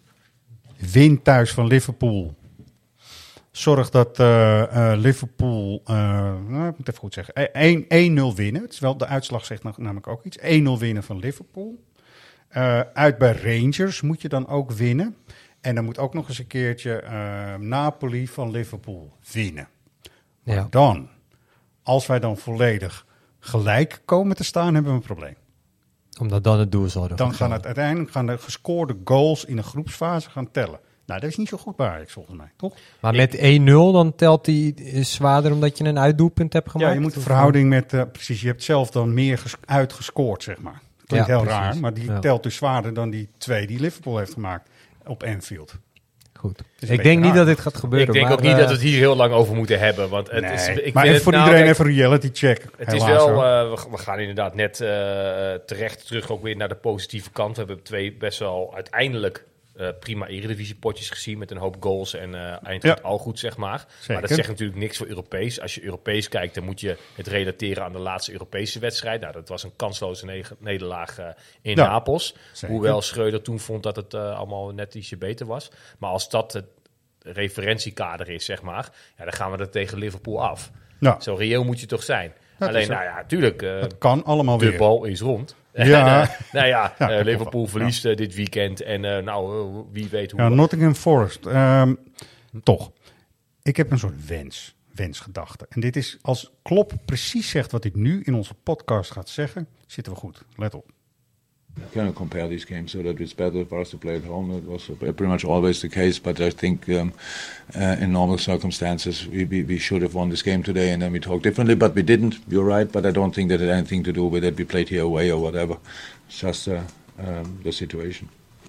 Win thuis van Liverpool. Zorg dat Liverpool, ik moet even goed zeggen, 1-0 winnen. Het is wel, de uitslag zegt namelijk ook iets. 1-0 winnen van Liverpool. Uit bij Rangers moet je dan ook winnen. En dan moet ook nog eens een keertje Napoli van Liverpool winnen. Maar dan, als wij dan volledig gelijk komen te staan, hebben we een probleem. Omdat dan het doel zal. Dan gaan uiteindelijk de gescoorde goals in de groepsfase gaan tellen. Nou, dat is niet zo goed bij Ajax volgens mij, toch? Maar met 1-0 dan telt die zwaarder omdat je een uitdoelpunt hebt gemaakt? Ja, je moet de verhouding met... precies, je hebt zelf dan meer uitgescoord, zeg maar. Klinkt heel precies. raar, maar die telt dus zwaarder dan die 2 die Liverpool heeft gemaakt op Anfield. Goed. Ik denk niet dat dit gaat gebeuren. Ik denk ook niet dat we het hier heel lang over moeten hebben. Want het is, maar even voor iedereen even reality check. Het is wel, we gaan inderdaad net terecht terug ook weer naar de positieve kant. We hebben 2 best wel uiteindelijk prima Eredivisie-potjes gezien met een hoop goals en eindelijk al goed, zeg maar. Zeker. Maar dat zegt natuurlijk niks voor Europees. Als je Europees kijkt, dan moet je het relateren aan de laatste Europese wedstrijd. Nou, dat was een kansloze nederlaag in Napels. Zeker. Hoewel Schreuder toen vond dat het allemaal net ietsje beter was. Maar als dat het referentiekader is, zeg maar, dan gaan we er tegen Liverpool af. Ja. Zo reëel moet je toch zijn. Dat alleen, natuurlijk, het kan allemaal weer. De bal is rond. Ja. Liverpool verliest dit weekend. En wie weet hoe... Ja, Nottingham Forest. Toch. Ik heb een soort wensgedachte. En dit is, als Klopp precies zegt wat hij nu in onze podcast gaat zeggen, zitten we goed. Let op. I cannot compare these games, so that it's better for us to play at home. It was pretty much always the case, but I think in normal circumstances we should have won this game today, and then we talk differently, but we didn't. You're right, but I don't think that it had anything to do with it. We played here away or whatever. It's just the situation.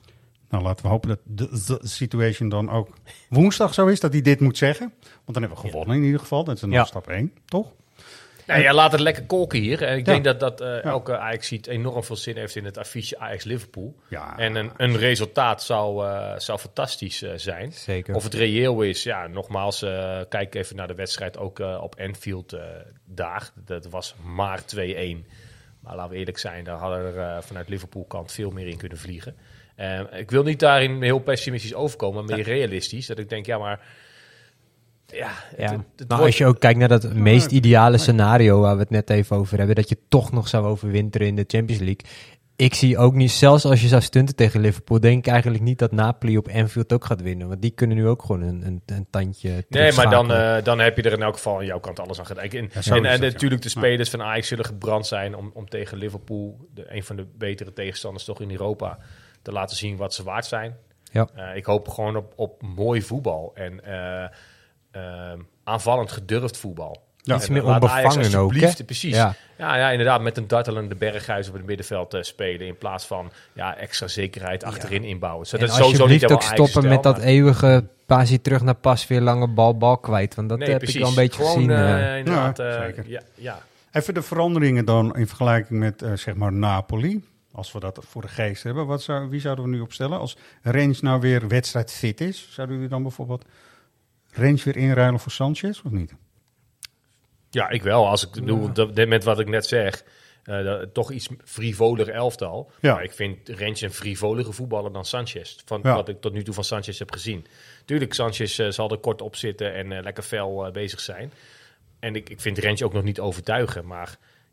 Nou, laten we hopen dat de situation dan ook woensdag zo is, dat hij dit moet zeggen. Want dan hebben we gewonnen in ieder geval. Dat is nog stap 1, toch? Nou ja, laat het lekker kolken hier. En ik denk dat elke Ajax-ziet enorm veel zin heeft in het affiche Ajax-Liverpool. Ja. En een resultaat zou fantastisch zijn. Zeker. Of het reëel is, nogmaals, kijk even naar de wedstrijd ook op Anfield daar. Dat was maar 2-1. Maar laten we eerlijk zijn, daar hadden er vanuit Liverpool-kant veel meer in kunnen vliegen. Ik wil niet daarin heel pessimistisch overkomen, maar meer realistisch. Dat ik denk, als je ook kijkt naar dat meest ideale scenario waar we het net even over hebben, dat je toch nog zou overwinteren in de Champions League. Ik zie ook niet, zelfs als je zou stunten tegen Liverpool, denk ik eigenlijk niet dat Napoli op Anfield ook gaat winnen. Want die kunnen nu ook gewoon een tandje terugschakelen. Nee, maar dan heb je er in elk geval aan jouw kant alles aan gedaan. En natuurlijk de spelers van Ajax zullen gebrand zijn om tegen Liverpool, een van de betere tegenstanders toch in Europa, te laten zien wat ze waard zijn. Ja. Ik hoop gewoon op mooi voetbal en aanvallend gedurfd voetbal. Iets meer onbevangen ook, hè? Precies. Ja, inderdaad, met een dartelende Berghuis op het middenveld spelen in plaats van extra zekerheid achterin inbouwen. En dat alsjeblieft ook stoppen met dat eeuwige passie terug naar pas, weer lange bal kwijt. Want dat heb ik wel een beetje gezien. Inderdaad, zeker. Even de veranderingen dan in vergelijking met zeg maar Napoli. Als we dat voor de geest hebben, wie zouden we nu opstellen? Als Rens nou weer wedstrijdfit is, zouden jullie dan bijvoorbeeld Rens weer inruilen voor Sanchez of niet? Ja, ik wel. Als ik bedoel, met wat ik net zeg, toch iets frivoler elftal. Ja. Maar ik vind Rens een frivolige voetballer dan Sanchez. Van wat ik tot nu toe van Sanchez heb gezien. Tuurlijk, Sanchez zal er kort op zitten en lekker fel bezig zijn. En ik vind Rens ook nog niet overtuigen. Maar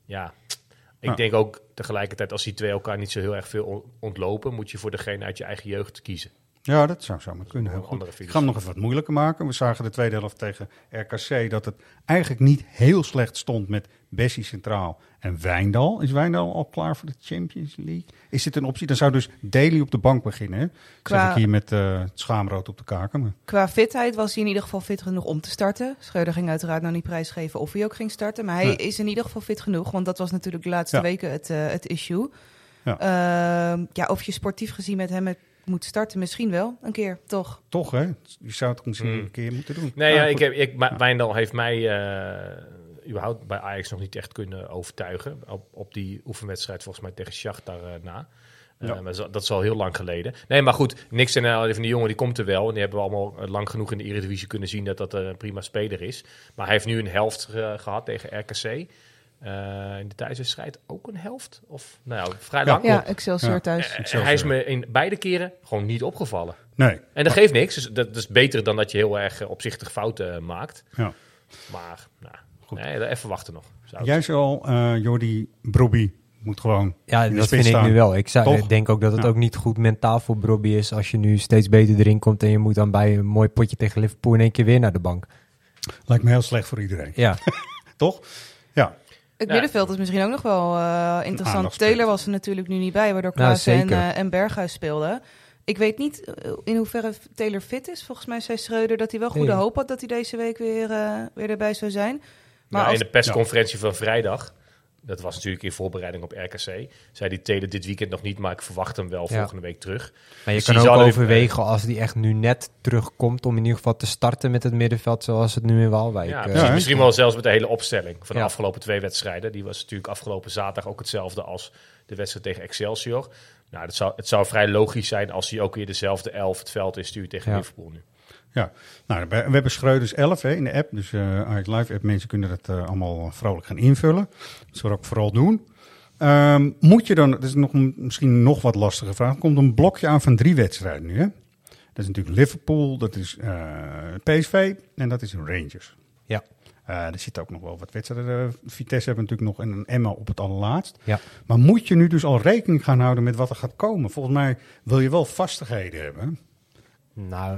ik denk ook tegelijkertijd, als die twee elkaar niet zo heel erg veel ontlopen, moet je voor degene uit je eigen jeugd kiezen. Ja, dat zou maar kunnen. Heel goed. Ik ga hem nog even wat moeilijker maken. We zagen de tweede helft tegen RKC dat het eigenlijk niet heel slecht stond met Bessie centraal en Wijndal. Is Wijndal al klaar voor de Champions League? Is dit een optie? Dan zou dus Daly op de bank beginnen. Hè? Zeg ik hier met het schaamrood op de kaken. Maar... Qua fitheid was hij in ieder geval fit genoeg om te starten. Schreuder ging uiteraard nog niet prijsgeven of hij ook ging starten. Maar hij is in ieder geval fit genoeg, want dat was natuurlijk de laatste weken het issue. Ja. Of je sportief gezien met hem moet starten, misschien wel een keer, toch? Toch, hè? Je zou het misschien een keer moeten doen. Nee, Wijndal heeft mij überhaupt bij Ajax nog niet echt kunnen overtuigen. Op die oefenwedstrijd volgens mij tegen Shakhtar na. Maar dat is al heel lang geleden. Nee, maar goed, niks van die jongen, die komt er wel. En die hebben we allemaal lang genoeg in de Eredivisie kunnen zien dat een prima speler is. Maar hij heeft nu een helft gehad tegen RKC. In de thuiswedstrijd ook een helft? Of vrij lang. Ja, Excelsior thuis. Hij is me in beide keren gewoon niet opgevallen. Nee. En dat geeft niks. Dus dat is beter dan dat je heel erg opzichtig fouten maakt. Ja. Maar, goed. Nee, even wachten nog. Jij zei al, Jordi, Brobbey moet gewoon. Ja, dat vind ik nu wel. Ik denk ook dat het ook niet goed mentaal voor Brobbey is als je nu steeds beter erin komt en je moet dan bij een mooi potje tegen Liverpool in één keer weer naar de bank. Lijkt me heel slecht voor iedereen. Ja. Toch? Ja. Het middenveld is misschien ook nog wel interessant. Taylor was er natuurlijk nu niet bij, waardoor Klaassen en Berghuis speelden. Ik weet niet in hoeverre Taylor fit is. Volgens mij zei Schreuder dat hij wel goede hoop had dat hij deze week weer erbij zou zijn. Maar in de persconferentie van vrijdag, dat was natuurlijk in voorbereiding op RKC, zei die Taylor dit weekend nog niet, maar ik verwacht hem wel volgende week terug. Maar je kan ook overwegen als die echt nu net terugkomt om in ieder geval te starten met het middenveld zoals het nu in Waalwijk. Ja, misschien wel zelfs met de hele opstelling van de afgelopen 2 wedstrijden. Die was natuurlijk afgelopen zaterdag ook hetzelfde als de wedstrijd tegen Excelsior. Nou, het zou vrij logisch zijn als hij ook weer dezelfde 11 het veld instuurt tegen Liverpool nu. Ja, nou, we hebben Schreuders 11 in de app. Dus Ajax Live app, mensen kunnen dat allemaal vrolijk gaan invullen. Dat zullen we ook vooral doen. Moet je dan, dat is misschien nog wat lastige vraag, er komt een blokje aan van 3 wedstrijden nu, hè? Dat is natuurlijk Liverpool, dat is PSV en dat is Rangers. Ja. Er zitten ook nog wel wat wedstrijden. Vitesse hebben natuurlijk nog een Emma op het allerlaatst. Ja. Maar moet je nu dus al rekening gaan houden met wat er gaat komen? Volgens mij wil je wel vastigheden hebben. Nou,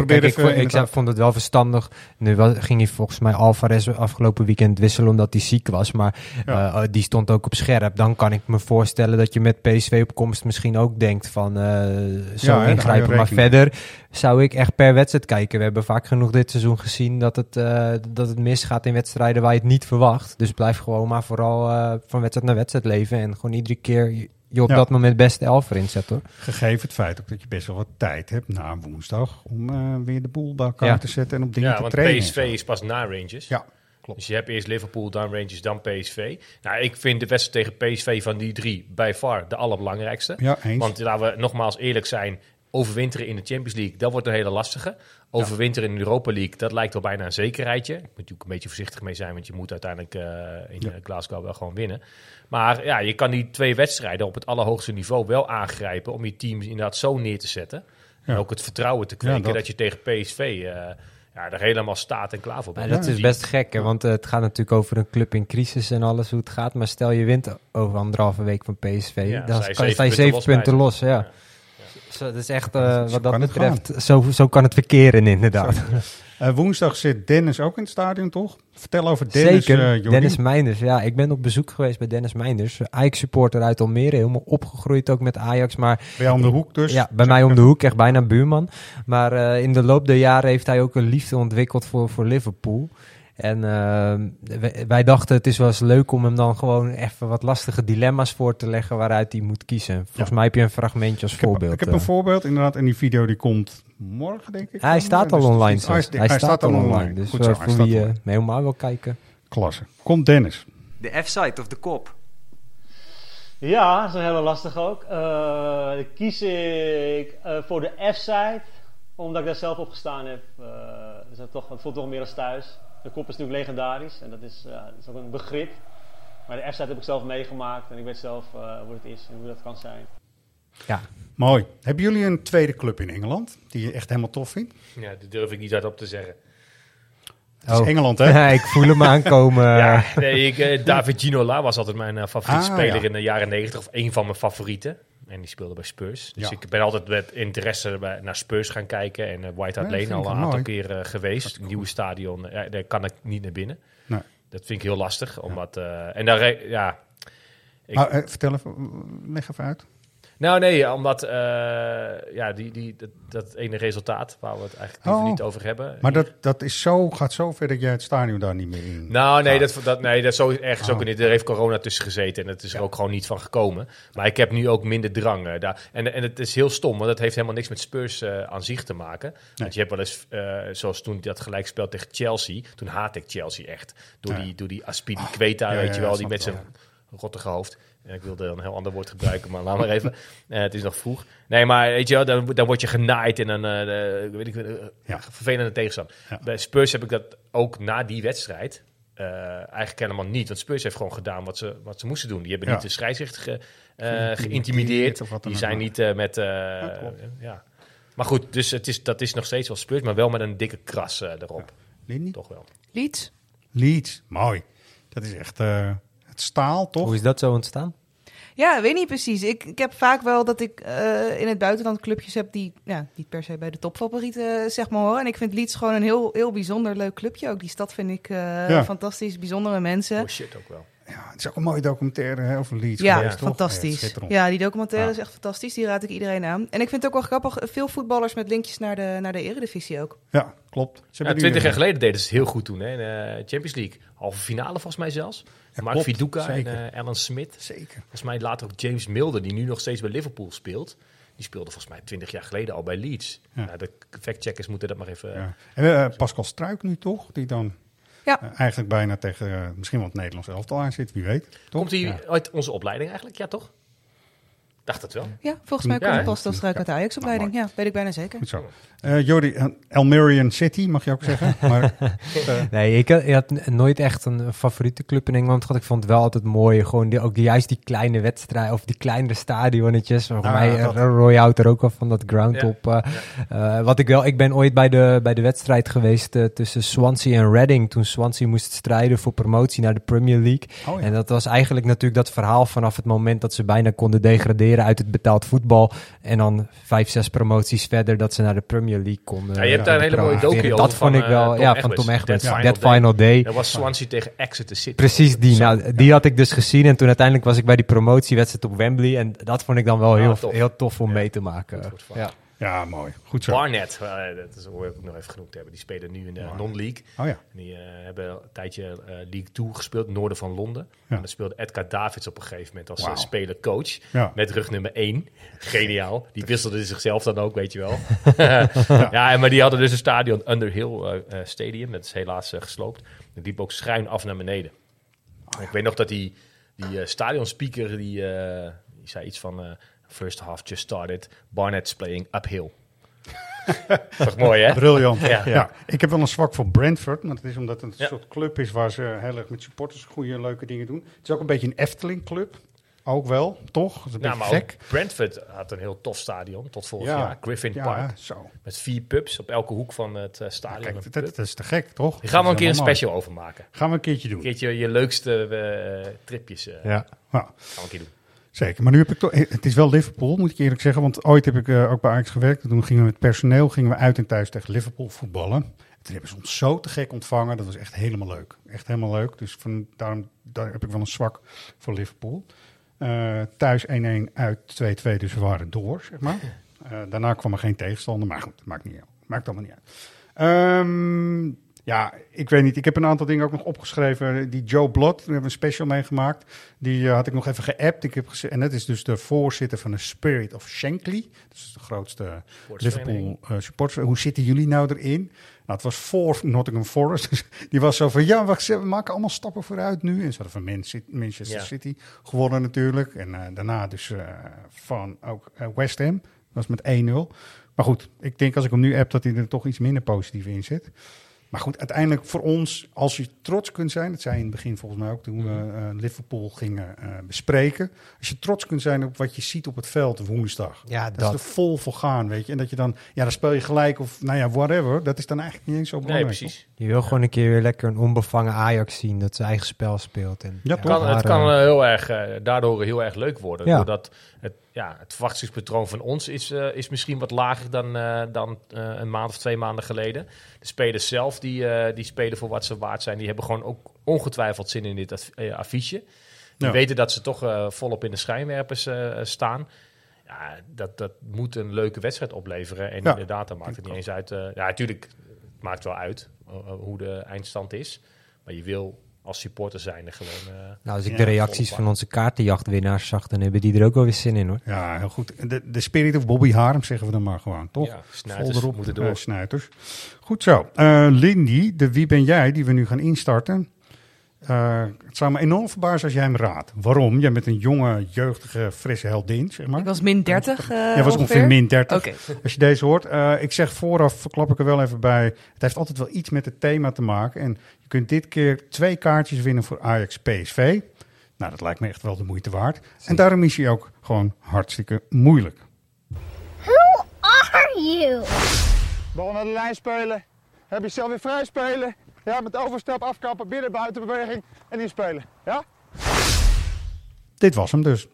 ik vond het wel verstandig. Nu ging hij volgens mij Alvarez afgelopen weekend wisselen omdat hij ziek was. Maar die stond ook op scherp. Dan kan ik me voorstellen dat je met PSV op komst misschien ook denkt van zo ingrijpen. Maar verder zou ik echt per wedstrijd kijken. We hebben vaak genoeg dit seizoen gezien dat het misgaat in wedstrijden waar je het niet verwacht. Dus blijf gewoon maar vooral van wedstrijd naar wedstrijd leven. En gewoon iedere keer je op dat moment beste 11 erin zet, hoor. Gegeven het feit ook dat je best wel wat tijd hebt na woensdag om weer de boel bij elkaar te zetten en op dingen te trainen. Ja, want PSV is pas na Rangers. Ja, klopt. Dus je hebt eerst Liverpool, dan Rangers, dan PSV. Nou, ik vind de wedstrijd tegen PSV van die 3 by far de allerbelangrijkste. Ja, eens. Want laten we nogmaals eerlijk zijn, overwinteren in de Champions League, dat wordt een hele lastige. Overwinteren in de Europa League, dat lijkt wel bijna een zekerheidje. Je moet natuurlijk een beetje voorzichtig mee zijn, want je moet uiteindelijk in Glasgow wel gewoon winnen. Maar ja, je kan die 2 wedstrijden op het allerhoogste niveau wel aangrijpen om je team inderdaad zo neer te zetten. En ook het vertrouwen te kweken dat je tegen PSV er helemaal staat en klaar voor bent. Dat is best gek, hè? Want het gaat natuurlijk over een club in crisis en alles hoe het gaat. Maar stel je wint over 1,5 week van PSV, dan sta je 7 punten los. Ja. Dat is echt, wat dat betreft, zo kan het verkeren inderdaad. Woensdag zit Dennis ook in het stadion, toch? Vertel over Dennis. Zeker, Dennis Meinders. Ja, ik ben op bezoek geweest bij Dennis Meinders. Ajax-supporter uit Almere, helemaal opgegroeid ook met Ajax. Maar bij jou om de hoek dus? Ja, bij mij om de hoek, echt bijna buurman. Maar in de loop der jaren heeft hij ook een liefde ontwikkeld voor Liverpool. En wij dachten, het is wel eens leuk om hem dan gewoon even wat lastige dilemma's voor te leggen waaruit hij moet kiezen. Volgens mij heb je een fragmentje als voorbeeld. Ik heb een voorbeeld, inderdaad, en die video die komt morgen, denk ik. Hij staat al online. Hij staat al online. Dus goed zo, voor wie helemaal wil kijken. Klasse. Komt Dennis. De F-side of de kop? Ja, dat is een hele lastig ook. Dan kies ik voor de F-side, omdat ik daar zelf op gestaan heb. Dus het voelt toch meer als thuis. De kop is natuurlijk legendarisch en dat is ook een begrip. Maar de F-side heb ik zelf meegemaakt en ik weet zelf hoe het is en hoe dat kan zijn. Ja, mooi. Hebben jullie een tweede club in Engeland die je echt helemaal tof vindt? Ja, dat durf ik niet hardop te zeggen. Het is Engeland, hè? Ik voel hem aankomen. David Ginola was altijd mijn favoriete speler in de jaren 90, of een van mijn favorieten. En die speelde bij Spurs. Dus ik ben altijd met interesse naar Spurs gaan kijken. En White Hart Lane al een aantal keer geweest. Het nieuwe stadion, daar kan ik niet naar binnen. Nee. Dat vind ik heel lastig. Omdat, vertel even, leg even uit. Nou nee, omdat dat ene resultaat waar we het eigenlijk liever niet over hebben. Maar dat is gaat zo ver dat jij het stadion daar niet meer in Nou nee, dat is zo ergens ook niet. Er heeft corona tussen gezeten en het is er ook gewoon niet van gekomen. Maar ik heb nu ook minder drang daar. En het is heel stom, want het heeft helemaal niks met Spurs aan zich te maken. Nee. Want je hebt wel eens, zoals toen dat gelijkspel tegen Chelsea, toen haatte ik Chelsea echt. Door die Aspilicueta, weet je wel, die met zijn rottige hoofd. Ja, ik wilde een heel ander woord gebruiken, maar laat maar even. Het is nog vroeg. Nee, maar weet je wel, dan word je genaaid in een vervelende tegenstander. Ja. Bij Spurs heb ik dat ook na die wedstrijd eigenlijk helemaal niet. Want Spurs heeft gewoon gedaan wat ze moesten doen. Die hebben niet de scheidsrechter geïntimideerd. Die zijn niet met... Maar goed, dus dat is nog steeds wel Spurs, maar wel met een dikke kras erop. Ja. Toch wel. Leeds, mooi. Dat is echt... Het staal, toch? Hoe is dat zo ontstaan? Ja, weet niet precies. Ik heb vaak wel dat ik in het buitenland clubjes heb die niet per se bij de topfavorieten zeg maar horen. En ik vind Leeds gewoon een heel, heel bijzonder leuk clubje. Ook die stad vind ik fantastisch, bijzondere mensen. Oh shit ook wel. Ja, het is ook een mooie documentaire over Leeds. Ja, geweest, fantastisch. Ja, die documentaire is echt fantastisch. Die raad ik iedereen aan. En ik vind het ook wel grappig, veel voetballers met linkjes naar de Eredivisie ook. Ja, klopt. 20 jaar geleden deden ze het heel goed toen, hè, in de Champions League. Halve finale volgens mij zelfs. Mark Viduka en Alan Smith. Zeker. Volgens mij later ook James Milner, die nu nog steeds bij Liverpool speelt. Die speelde volgens mij 20 jaar geleden al bij Leeds. Ja. Nou, de factcheckers moeten dat maar even... Ja. En Pascal Struik nu toch, die dan... eigenlijk bijna tegen misschien wel het Nederlands elftal aan zit, wie weet. Toch? Komt hij uit onze opleiding eigenlijk? Ja, toch? Dacht het wel. Ja, volgens mij komt Pascal Struik uit de Ajax-opleiding. Ja, weet ik bijna zeker. Goed zo. Jordi, Almerian City, mag je ook zeggen. Maar, nee, ik had nooit echt een favoriete club in Engeland gehad. Ik vond het wel altijd mooi. Gewoon juist die kleine wedstrijden of die kleinere stadionnetjes. Roy houdt er ook wel van dat ground op. Ik ben ooit bij de wedstrijd geweest tussen Swansea en Reading. Toen Swansea moest strijden voor promotie naar de Premier League. Oh, ja. En dat was eigenlijk natuurlijk dat verhaal vanaf het moment dat ze bijna konden degraderen uit het betaald voetbal. En dan 5-6 promoties verder dat ze naar de Premier League konden. Ja, je hebt daar een hele mooie docu over. Dat vond ik wel, van Tom Egberts. That Final Day. Dat was Swansea tegen Exeter City. Precies die had ik dus gezien. En toen uiteindelijk was ik bij die promotiewedstrijd op Wembley. En dat vond ik dan wel heel tof om mee te maken. Ja, mooi. Goed zo. Barnet, dat is hoe ik ook nog even genoemd hebben. Die spelen nu in de non-league. Oh ja. En die hebben een tijdje League 2 gespeeld, noorden van Londen. Ja. En dan speelde Edgar Davids op een gegeven moment als speler-coach. Ja. Met rug nummer 1. Geniaal. Die wisselde zichzelf dan ook, weet je wel. Maar die hadden dus een stadion, Underhill Stadium. Dat is helaas gesloopt. Dat liep ook schuin af naar beneden. Ik weet nog dat die stadionspeaker, die zei iets van... First half just started. Barnet's playing uphill. Toch mooi, hè? Briljant. Ja. Ik heb wel een zwak voor Brentford. Maar dat is omdat het een soort club is waar ze heel erg met supporters goede, leuke dingen doen. Het is ook een beetje een Efteling-club. Ook wel, toch? Dat is een beetje gek. Brentford had een heel tof stadion tot vorig jaar. Griffin Park. Zo. Met 4 pubs op elke hoek van het stadion. Kijk, dat is te gek, toch? Daar gaan we een keer een special over maken. Gaan we een keertje doen. Een keertje je leukste tripjes. Gaan we een keer doen. Zeker, maar nu heb ik toch... Het is wel Liverpool, moet ik eerlijk zeggen. Want ooit heb ik ook bij Ajax gewerkt. Toen gingen we met personeel uit en thuis tegen Liverpool voetballen. Toen hebben ze ons zo te gek ontvangen. Dat was echt helemaal leuk. Echt helemaal leuk. Dus daar heb ik wel een zwak voor Liverpool. Thuis 1-1, uit 2-2. Dus we waren door, zeg maar. Daarna kwam er geen tegenstander. Maar goed, maakt allemaal niet uit. Ja, ik weet niet. Ik heb een aantal dingen ook nog opgeschreven. Die Joe Blot, daar hebben we een special meegemaakt. Die had ik nog even geappt. En dat is dus de voorzitter van de Spirit of Shankly. Dat is de grootste Liverpool supporters. Hoe zitten jullie nou erin? Nou, het was voor Nottingham Forest. Dus die was zo van, we maken allemaal stappen vooruit nu. En ze hadden van Manchester City gewonnen natuurlijk. En daarna dus van ook West Ham. Dat was met 1-0. Maar goed, ik denk als ik hem nu app dat hij er toch iets minder positief in zit. Maar goed, uiteindelijk voor ons, als je trots kunt zijn... dat zei je in het begin volgens mij ook toen we Liverpool gingen bespreken. Als je trots kunt zijn op wat je ziet op het veld woensdag. Ja, dat is er vol voor gaan, weet je. En dat je dan, dan speel je gelijk of whatever. Dat is dan eigenlijk niet eens zo belangrijk. Nee, precies. Je wil gewoon een keer weer lekker een onbevangen Ajax zien... dat zijn eigen spel speelt. En, het kan heel erg, daardoor heel erg leuk worden. Ja. Doordat het verwachtingspatroon van ons is misschien wat lager dan een maand of 2 maanden geleden. De spelers zelf, die spelen voor wat ze waard zijn. Die hebben gewoon ook ongetwijfeld zin in dit affiche. Die weten dat ze toch volop in de schijnwerpers staan. Ja, dat moet een leuke wedstrijd opleveren. En inderdaad, dan maakt het niet eens uit. Natuurlijk, het maakt wel uit hoe de eindstand is. Maar je wil als supporter zijn er gewoon... als ik de reacties van onze kaartenjachtwinnaars zag, dan hebben die er ook wel weer zin in, hoor. Ja, heel goed. De spirit of Bobby Harem, zeggen we dan maar gewoon, toch? Ja, snuiters moeten door. Snuiters. Goed zo. Lindy, de Wie ben jij, die we nu gaan instarten. Het zou me enorm verbazen als jij hem raadt. Waarom? Jij bent een jonge, jeugdige, frisse heldin, zeg maar. Ik was min 30 Jij was ongeveer min 30. Okay. Als je deze hoort. Ik zeg vooraf, verklap ik er wel even bij. Het heeft altijd wel iets met het thema te maken. En je kunt dit keer 2 kaartjes winnen voor Ajax PSV. Nou, dat lijkt me echt wel de moeite waard. En daarom is hij ook gewoon hartstikke moeilijk. Who are you? Bal naar de lijn spelen. Heb je zelf weer vrij spelen. Ja, met overstap, afkappen, binnen, buiten beweging en inspelen. Ja? Dit was hem dus.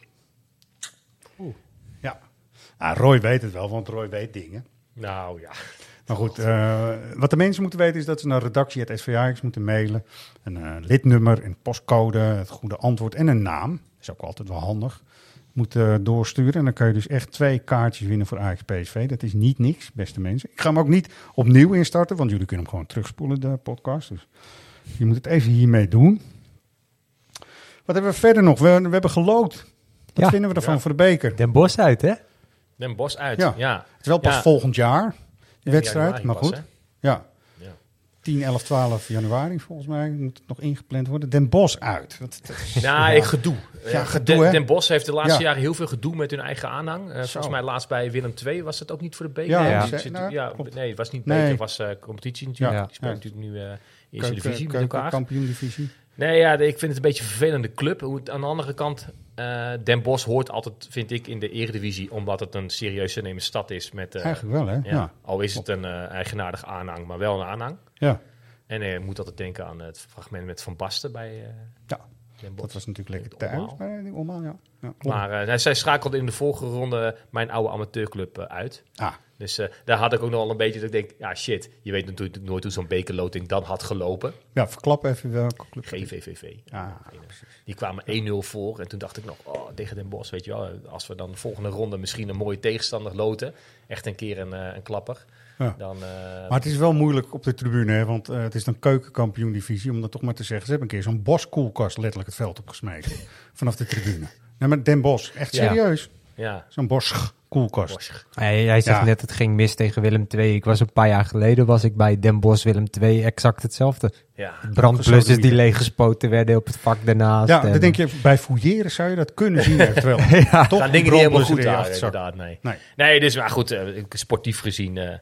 Ja. Roy weet het wel, want Roy weet dingen. Nou ja. Maar goed, wat de mensen moeten weten is dat ze naar redactie@SVAjax moeten mailen. Een lidnummer, een postcode, het goede antwoord en een naam. Dat is ook altijd wel handig. Moeten doorsturen. En dan kun je dus echt 2 kaartjes winnen voor Ajax PSV. Dat is niet niks, beste mensen. Ik ga hem ook niet opnieuw instarten, want jullie kunnen hem gewoon terugspoelen, de podcast. Dus je moet het even hiermee doen. Wat hebben we verder nog? We hebben geloot. Wat vinden we ervan voor de beker? Den Bosch uit, hè? Den Bosch uit, ja. Het is wel pas volgend jaar, die wedstrijd. Maar pas, goed, hè? Ja. 10, 11, 12 januari volgens mij moet het nog ingepland worden. Den Bosch uit. Gedoe. Ja, gedoe, Den Bosch heeft de laatste jaren heel veel gedoe met hun eigen aanhang. Volgens mij laatst bij Willem II was het ook niet voor de beker. Nee, het was niet beker, het was competitie natuurlijk. Ja. Die speelt natuurlijk nu eerste divisie met elkaar. Kampioen-divisie. Nee, ik vind het een beetje een vervelende club. Aan de andere kant, Den Bosch hoort altijd, vind ik, in de eredivisie, omdat het een serieus te nemen stad is. Eigenlijk wel, hè? Ja. Al is het een eigenaardige aanhang, maar wel een aanhang. Ja. En je moet altijd denken aan het fragment met Van Basten bij... Dat was natuurlijk lekker thuis. Maar normaal, ja. Maar zij schakelde in de volgende ronde mijn oude amateurclub uit. Dus daar had ik ook nog wel een beetje dat ik denk, ja shit, je weet natuurlijk nooit hoe zo'n bekerloting dan had gelopen. Ja, verklap even welke club. GVVV. Precies. Die kwamen 1-0 voor en toen dacht ik nog, tegen Den Bosch, weet je wel, als we dan de volgende ronde misschien een mooie tegenstander loten, echt een keer een klapper. Ja. Dan, maar het is wel moeilijk op de tribune, hè, want het is dan keukenkampioen-divisie, om dat toch maar te zeggen. Ze hebben een keer zo'n Bosch-koelkast letterlijk het veld opgesmeten vanaf de tribune. Nee, maar Den Bosch, echt serieus. Ja. Zo'n Bosch-koelkast. Hij zegt net, het ging mis tegen Willem II. Ik was een paar jaar geleden bij Den Bosch Willem II exact hetzelfde. Ja. Brandblussers die leeggespoten werden op het vak daarnaast. Ja, dan denk je, bij fouilleren zou je dat kunnen zien eventueel. Toch gaan dingen niet helemaal goed daar, inderdaad. Nee, dus maar goed, sportief gezien...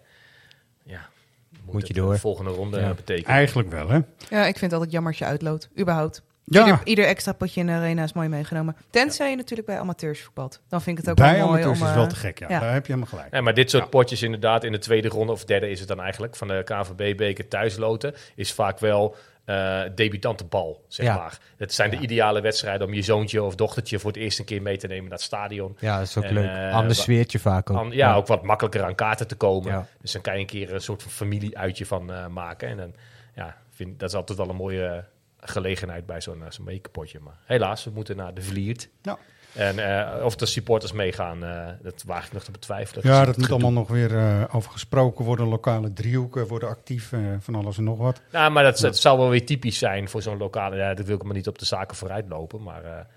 moet je door. De volgende ronde betekenen. Eigenlijk wel, hè? Ja, ik vind het altijd jammer als je uitloopt. Überhaupt. Ja. Ieder extra potje in de arena is mooi meegenomen. Tenzij je natuurlijk bij amateurs voetbalt. Dan vind ik het ook bij wel mooi om... Bij amateurs is wel te gek, ja. Daar heb je helemaal gelijk. Ja, maar dit soort potjes inderdaad in de tweede ronde, of derde is het dan eigenlijk, van de KNVB-beker thuisloten, is vaak wel debutantenbal, zeg maar. Het zijn de ideale wedstrijden om je zoontje of dochtertje voor het eerst een keer mee te nemen naar het stadion. Ja, dat is ook leuk. Anders sfeertje vaak ook. Ook wat makkelijker aan kaarten te komen. Ja. Dus dan kan je een keer een soort van familieuitje van maken. En dan, dat is altijd wel een mooie gelegenheid bij zo'n bekerpotje. Maar helaas, we moeten naar de Vliert. Ja. En of de supporters meegaan, dat waag ik nog te betwijfelen. Ja, dat moet allemaal nog weer over gesproken worden. Lokale driehoeken worden actief, van alles en nog wat. Ja, maar dat zou wel weer typisch zijn voor zo'n lokale... Ja, dat wil ik maar niet op de zaken vooruit lopen. Maar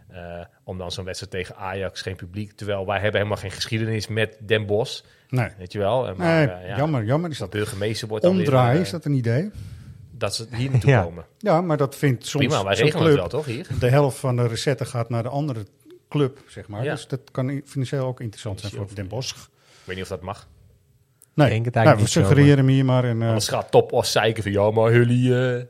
om dan zo'n wedstrijd tegen Ajax, geen publiek. Terwijl wij hebben helemaal geen geschiedenis met Den Bosch. Nee. Weet je wel? Maar, jammer. Is dat burgemeester wordt omdraaien, alweer, is dat een idee? Dat ze hier naartoe komen. Ja, maar dat vindt soms... Prima, wij regelen het wel, toch, hier? De helft van de recetten gaat naar de andere club, zeg maar. Ja. Dus dat kan financieel ook interessant zijn voor Den Bosch. Ik weet niet of dat mag. Nee, denk het eigenlijk we suggereren hem hier maar. Anders gaat Topos zeiken van, ja, maar jullie...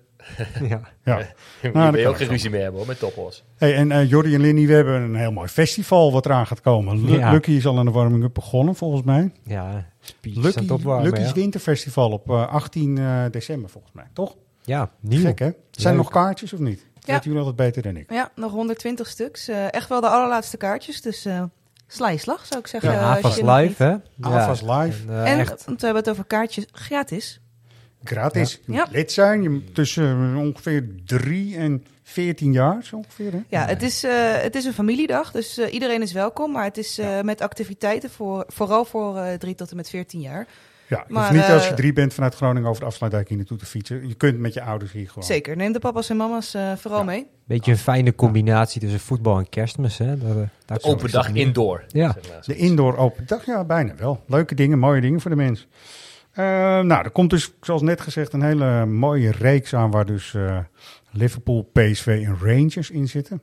Daar wil je ook geen ruzie mee hebben, hoor, met Topos. Hey, en Jordi en Linny, we hebben een heel mooi festival wat eraan gaat komen. Lucky is al aan de warming-up begonnen, volgens mij. Ja, Lucky's Winterfestival op 18 december, volgens mij, toch? Ja, nieuw. Gek, hè? Zijn er nog kaartjes of niet? Dat weten jullie altijd beter dan ik. Ja, nog 120 stuks. Echt wel de allerlaatste kaartjes, dus... sla je slag, zou ik zeggen. Ja, AFAS Live, hè? AFAS Live. En we hebben het over kaartjes gratis. Gratis. Je moet lid zijn. Je moet tussen ongeveer 3 en 14 jaar, zo ongeveer. Hè? Ja, het is een familiedag, dus iedereen is welkom. Maar het is met activiteiten vooral voor 3 tot en met 14 jaar. Ja, je hoeft niet als je 3 bent vanuit Groningen over de Afsluitdijk hier naartoe te fietsen. Je kunt met je ouders hier gewoon. Zeker, neem de papa's en mama's vooral mee. Beetje een fijne combinatie tussen voetbal en kerstmis. Hè? Daar open dag indoor. Ja. De indoor open dag, ja, bijna wel. Leuke dingen, mooie dingen voor de mensen. Er komt dus, zoals net gezegd, een hele mooie reeks aan waar dus Liverpool, PSV en Rangers in zitten.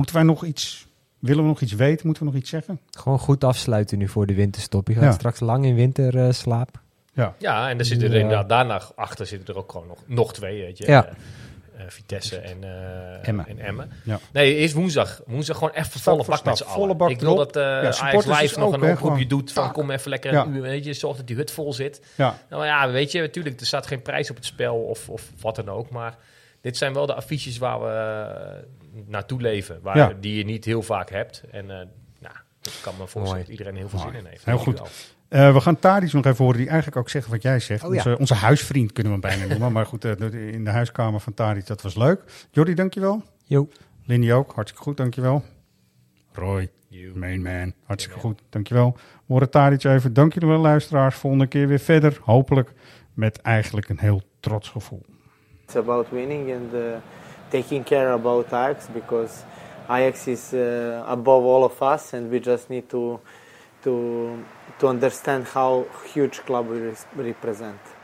Willen we nog iets weten? Moeten we nog iets zeggen? Gewoon goed afsluiten nu voor de winterstop. Je gaat straks lang in winterslaap. Ja, en er zitten er inderdaad daarna achter zitten er ook gewoon nog 2, weet je. Ja. Vitesse en Emmen. Ja. Nee, eerst woensdag. Woensdag gewoon even volle bak met z'n allen. Ik wil dat Ajax Live nog een oproepje doet van kom even lekker een uur, weet je. Zorg dat die hut vol zit. Ja. Nou ja, weet je, natuurlijk, er staat geen prijs op het spel of wat dan ook. Maar dit zijn wel de affiches waar we naartoe leven. Die je niet heel vaak hebt. En ik kan me voorstellen dat iedereen heel veel zin in heeft. Heel goed. We gaan Tadic nog even horen, die eigenlijk ook zeggen wat jij zegt. Onze huisvriend kunnen we hem bijna noemen. Maar goed, in de huiskamer van Tadic, dat was leuk. Jordi, dankjewel. Jo. Lindy ook, hartstikke goed, dankjewel. Roy, main man, hartstikke goed, dankjewel. We horen Tadic even. Dank jullie wel, luisteraars. Volgende keer weer verder, hopelijk met eigenlijk een heel trots gevoel. It's about winning and taking care about Ajax, because Ajax is above all of us and we just need to understand how huge club we represent.